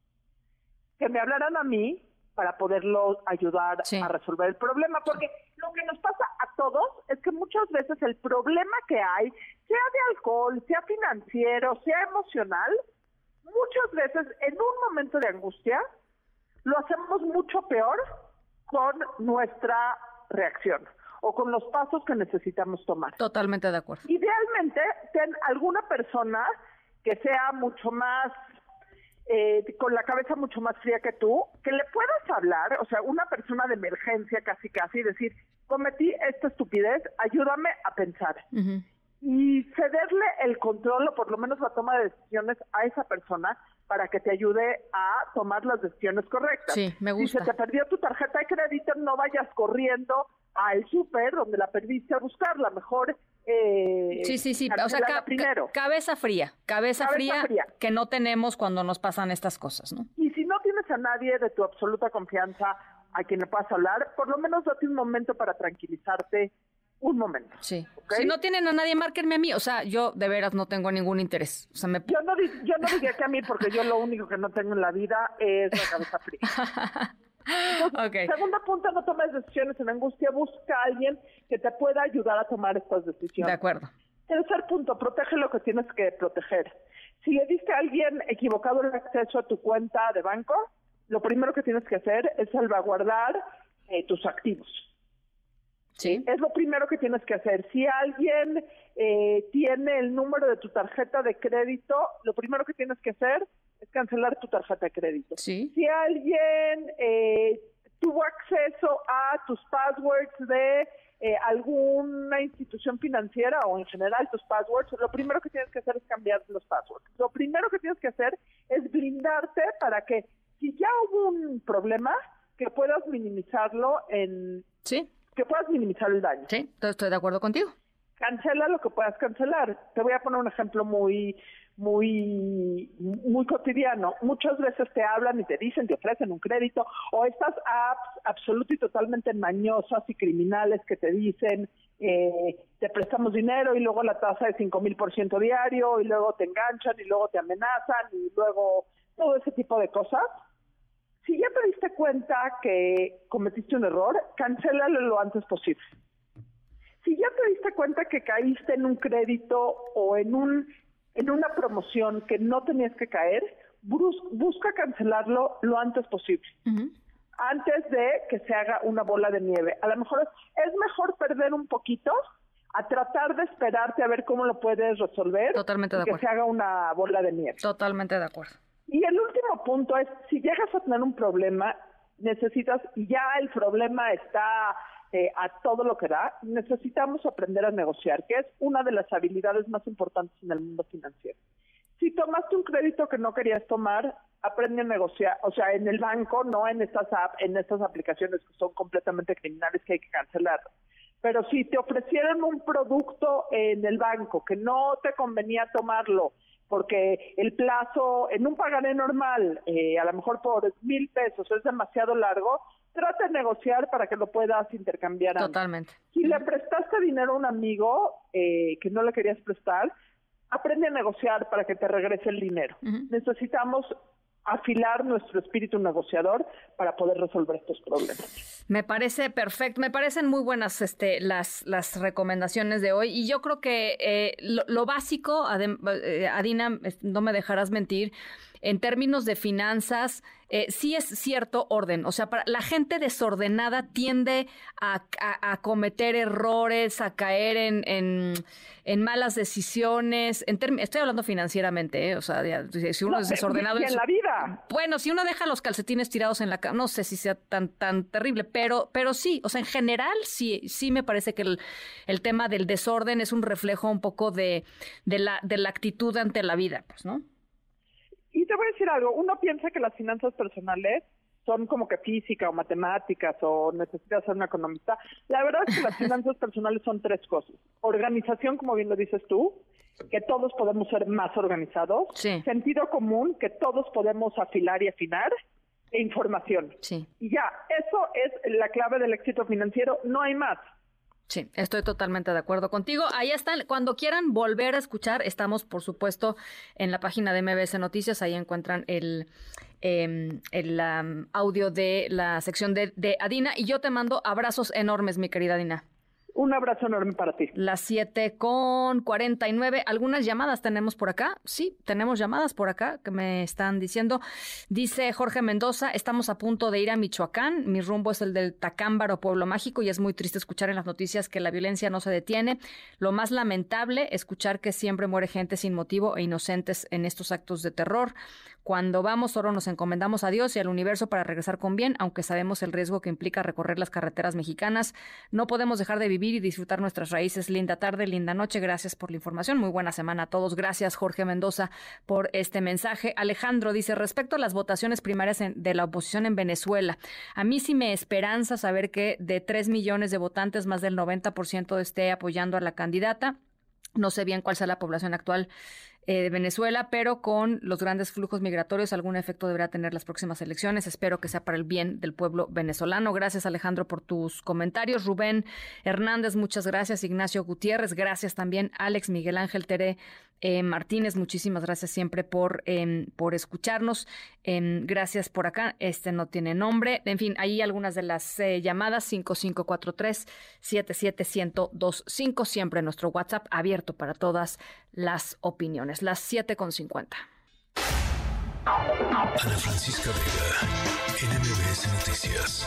Que me hablaran a mí para poderlo ayudar sí. a resolver el problema, porque lo que nos pasa a todos es que muchas veces el problema que hay, sea de alcohol, sea financiero, sea emocional, muchas veces en un momento de angustia lo hacemos mucho peor con nuestra reacción o con los pasos que necesitamos tomar. Totalmente de acuerdo. Idealmente, ten alguna persona que sea mucho más, eh, con la cabeza mucho más fría que tú, que le puedas hablar, o sea, una persona de emergencia casi casi, decir, cometí esta estupidez, ayúdame a pensar. Uh-huh. Y cederle el control o por lo menos la toma de decisiones a esa persona para que te ayude a tomar las decisiones correctas. Sí, me gusta. Si se te perdió tu tarjeta de crédito, no vayas corriendo al súper donde la perdiste a buscarla, mejor eh, sí, sí, sí, o sea, ca- primero. cabeza fría, cabeza, cabeza fría, fría que no tenemos cuando nos pasan estas cosas, ¿no? Y si no tienes a nadie de tu absoluta confianza a quien le puedas hablar, por lo menos date un momento para tranquilizarte. Un momento. Sí. ¿Okay? Si no tienen a nadie, márquenme a mí. O sea, yo de veras no tengo ningún interés. O sea, me... Yo no, yo no diría que a mí, porque yo lo único que no tengo en la vida es la cabeza fría. Entonces, okay. Segundo punto, no tomes decisiones en angustia. Busca a alguien que te pueda ayudar a tomar estas decisiones. De acuerdo. Tercer punto, protege lo que tienes que proteger. Si le diste a alguien equivocado el acceso a tu cuenta de banco, lo primero que tienes que hacer es salvaguardar eh, tus activos. Sí. Es lo primero que tienes que hacer. Si alguien eh, tiene el número de tu tarjeta de crédito, lo primero que tienes que hacer es cancelar tu tarjeta de crédito. Sí. Si alguien eh, tuvo acceso a tus passwords de eh, alguna institución financiera o en general tus passwords, lo primero que tienes que hacer es cambiar los passwords. Lo primero que tienes que hacer es blindarte para que si ya hubo un problema, que puedas minimizarlo en... Sí. que puedas minimizar el daño. Sí, estoy de acuerdo contigo. Cancela lo que puedas cancelar. Te voy a poner un ejemplo muy, muy, muy cotidiano. Muchas veces te hablan y te dicen, te ofrecen un crédito, o estas apps absolutas y totalmente mañosas y criminales que te dicen, eh, te prestamos dinero y luego la tasa es cinco mil por ciento diario, y luego te enganchan y luego te amenazan y luego todo ese tipo de cosas. Si ya te diste cuenta que cometiste un error, cancélalo lo antes posible. Si ya te diste cuenta que caíste en un crédito o en un en una promoción que no tenías que caer, bus, busca cancelarlo lo antes posible. Uh-huh. Antes de que se haga una bola de nieve. A lo mejor es, es mejor perder un poquito a tratar de esperarte a ver cómo lo puedes resolver. Totalmente de acuerdo. Que se haga una bola de nieve. Totalmente de acuerdo. Y el último punto es, si llegas a tener un problema, necesitas, y ya el problema está eh, a todo lo que da, necesitamos aprender a negociar, que es una de las habilidades más importantes en el mundo financiero. Si tomaste un crédito que no querías tomar, aprende a negociar, o sea, en el banco, no en estas app, en estas aplicaciones que son completamente criminales que hay que cancelar. Pero si te ofrecieron un producto en el banco que no te convenía tomarlo, porque el plazo en un pagaré normal, eh, a lo mejor por mil pesos es demasiado largo, trata de negociar para que lo puedas intercambiar. Totalmente. Antes. Si le prestaste dinero a un amigo eh, que no le querías prestar, aprende a negociar para que te regrese el dinero. Uh-huh. Necesitamos afilar nuestro espíritu negociador para poder resolver estos problemas. Me parece perfecto, me parecen muy buenas este, las, las recomendaciones de hoy, y yo creo que eh, lo, lo básico, Adem, eh, Adina, no me dejarás mentir, en términos de finanzas, eh, sí es cierto orden. O sea, para, la gente desordenada tiende a, a, a cometer errores, a caer en, en, en malas decisiones. En term- estoy hablando financieramente, ¿eh? O sea, ya, si uno no, es desordenado... Y en en la vida. Bueno, si uno deja los calcetines tirados en la cama, no sé si sea tan tan terrible, pero pero sí, o sea, en general sí sí me parece que el, el tema del desorden es un reflejo un poco de, de la de la actitud ante la vida, pues, ¿no? Y te voy a decir algo, uno piensa que las finanzas personales son como que física o matemáticas o necesitas ser un economista. La verdad es que las finanzas personales son tres cosas. Organización, como bien lo dices tú, que todos podemos ser más organizados. Sí. Sentido común, que todos podemos afilar y afinar. E información. Sí. Y ya, eso es la clave del éxito financiero, no hay más. Sí, estoy totalmente de acuerdo contigo. Ahí están, cuando quieran volver a escuchar, estamos, por supuesto, en la página de M B S Noticias, ahí encuentran el, eh, el um, audio de la sección de, de Adina, y yo te mando abrazos enormes, mi querida Adina. Un abrazo enorme para ti. Las siete con cuarenta y nueve. ¿Algunas llamadas tenemos por acá? Sí, tenemos llamadas por acá que me están diciendo. Dice Jorge Mendoza, estamos a punto de ir a Michoacán. Mi rumbo es el del Tacámbaro, Pueblo Mágico, y es muy triste escuchar en las noticias que la violencia no se detiene. Lo más lamentable, escuchar que siempre muere gente sin motivo e inocentes en estos actos de terror. Cuando vamos, solo nos encomendamos a Dios y al universo para regresar con bien, aunque sabemos el riesgo que implica recorrer las carreteras mexicanas. No podemos dejar de vivir y disfrutar nuestras raíces. Linda tarde, linda noche. Gracias por la información. Muy buena semana a todos. Gracias, Jorge Mendoza, por este mensaje. Alejandro dice, respecto a las votaciones primarias en, de la oposición en Venezuela, a mí sí me esperanza saber que de tres millones de votantes, más del noventa por ciento esté apoyando a la candidata. No sé bien cuál sea la población actual eh, de Venezuela, pero con los grandes flujos migratorios algún efecto deberá tener las próximas elecciones. Espero que sea para el bien del pueblo venezolano. Gracias, Alejandro, por tus comentarios. Rubén Hernández, muchas gracias. Ignacio Gutiérrez, gracias también. Alex Miguel Ángel Teré eh, Martínez, muchísimas gracias siempre por, eh, por escucharnos. Eh, gracias por acá. Este no tiene nombre. En fin, ahí algunas de las eh, llamadas, cinco cinco cuatro tres, siete siete uno cero dos cinco, siempre nuestro WhatsApp abierto para todas las opiniones. Las siete con cincuenta. Ana Francisca Vega, en M B S Noticias.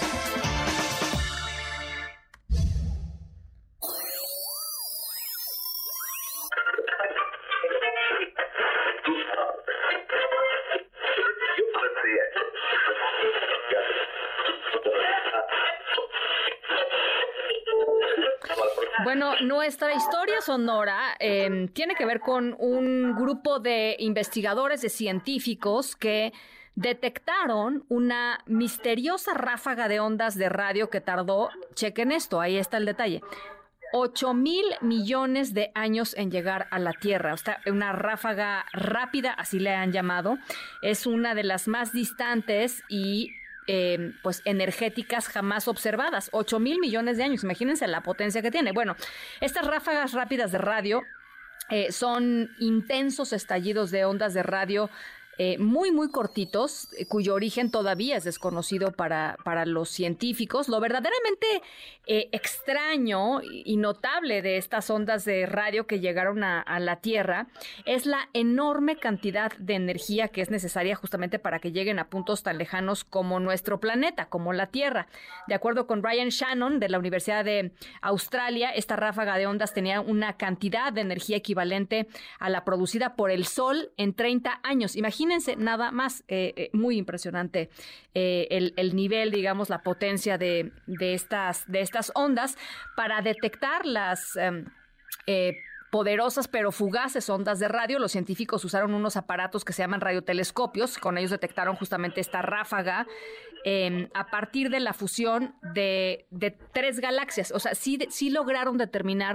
Bueno, nuestra historia sonora eh, tiene que ver con un grupo de investigadores, de científicos que detectaron una misteriosa ráfaga de ondas de radio que tardó, chequen esto, ahí está el detalle, ocho mil millones de años en llegar a la Tierra. O sea, una ráfaga rápida, así le han llamado, es una de las más distantes y Eh, pues energéticas jamás observadas. Ocho mil millones de años, imagínense la potencia que tiene. Bueno, estas ráfagas rápidas de radio eh, son intensos estallidos de ondas de radio eh, muy, muy cortitos, eh, cuyo origen todavía es desconocido para, para los científicos. Lo verdaderamente eh, extraño y notable de estas ondas de radio que llegaron a, a la Tierra es la enorme cantidad de energía que es necesaria justamente para que lleguen a puntos tan lejanos como nuestro planeta, como la Tierra. De acuerdo con Brian Shannon de la Universidad de Australia, esta ráfaga de ondas tenía una cantidad de energía equivalente a la producida por el Sol en treinta años. Imagínense nada más, eh, eh, muy impresionante eh, el, el nivel, digamos, la potencia de, de, estas, de estas ondas para detectar las eh, eh, poderosas pero fugaces ondas de radio. Los científicos usaron unos aparatos que se llaman radiotelescopios. Con ellos detectaron justamente esta ráfaga eh, a partir de la fusión de, de tres galaxias. O sea, sí, sí lograron determinar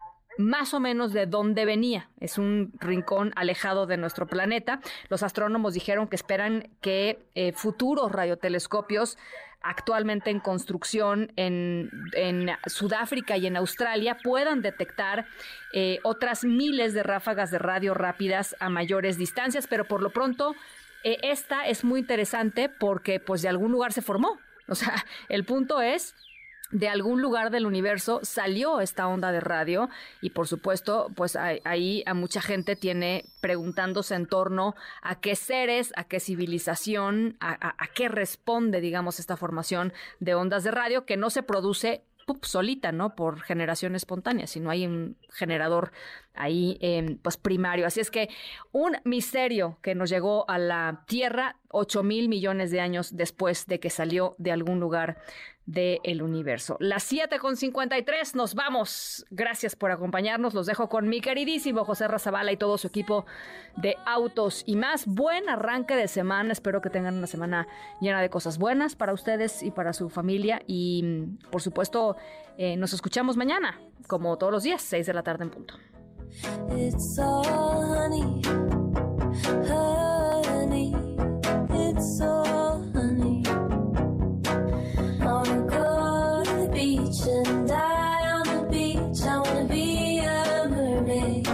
más o menos de dónde venía. Es un rincón alejado de nuestro planeta. Los astrónomos dijeron que esperan que eh, futuros radiotelescopios actualmente en construcción en, en Sudáfrica y en Australia puedan detectar eh, otras miles de ráfagas de radio rápidas a mayores distancias, pero por lo pronto eh, esta es muy interesante porque pues de algún lugar se formó. O sea, el punto es de algún lugar del universo salió esta onda de radio y por supuesto pues ahí a mucha gente tiene preguntándose en torno a qué seres, a qué civilización, a, a, a qué responde digamos esta formación de ondas de radio que no se produce pup, solita, ¿no? Por generación espontánea, sino hay un generador ahí eh, pues primario. Así es que un misterio que nos llegó a la Tierra ocho mil millones de años después de que salió de algún lugar del universo. Las siete con cincuenta y tres, nos vamos. Gracias por acompañarnos. Los dejo con mi queridísimo José Razabala y todo su equipo de Autos y Más. Buen arranque de semana. Espero que tengan una semana llena de cosas buenas para ustedes y para su familia. Y, por supuesto, eh, nos escuchamos mañana, como todos los días, seis de la tarde en punto. It's all honey, honey, it's all honey. I wanna go to the beach and die on the beach. I wanna be a mermaid.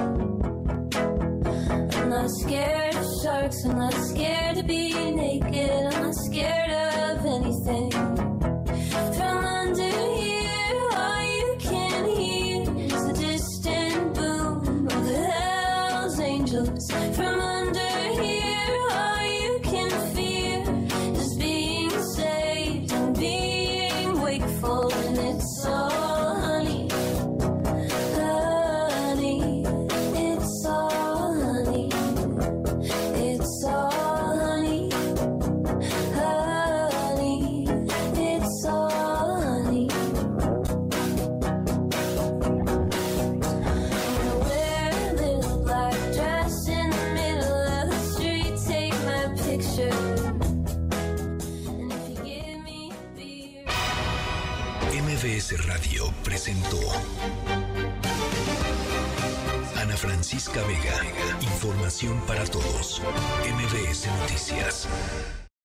I'm not scared of sharks, I'm not scared to be naked. I'm not scared of anything. From under here, all you can hear is the distant boom of the Hell's Angels. From under here, all you can feel is being saved and being wakeful. And it's all honey, honey, it's all honey, it's all honey, honey, it's all honey. I'm gonna wear a little black dress in the middle of the street, take my picture. And if you give me a beer. M V S Radio presentó Ana Francisca Vega. Información para todos. M V S Noticias.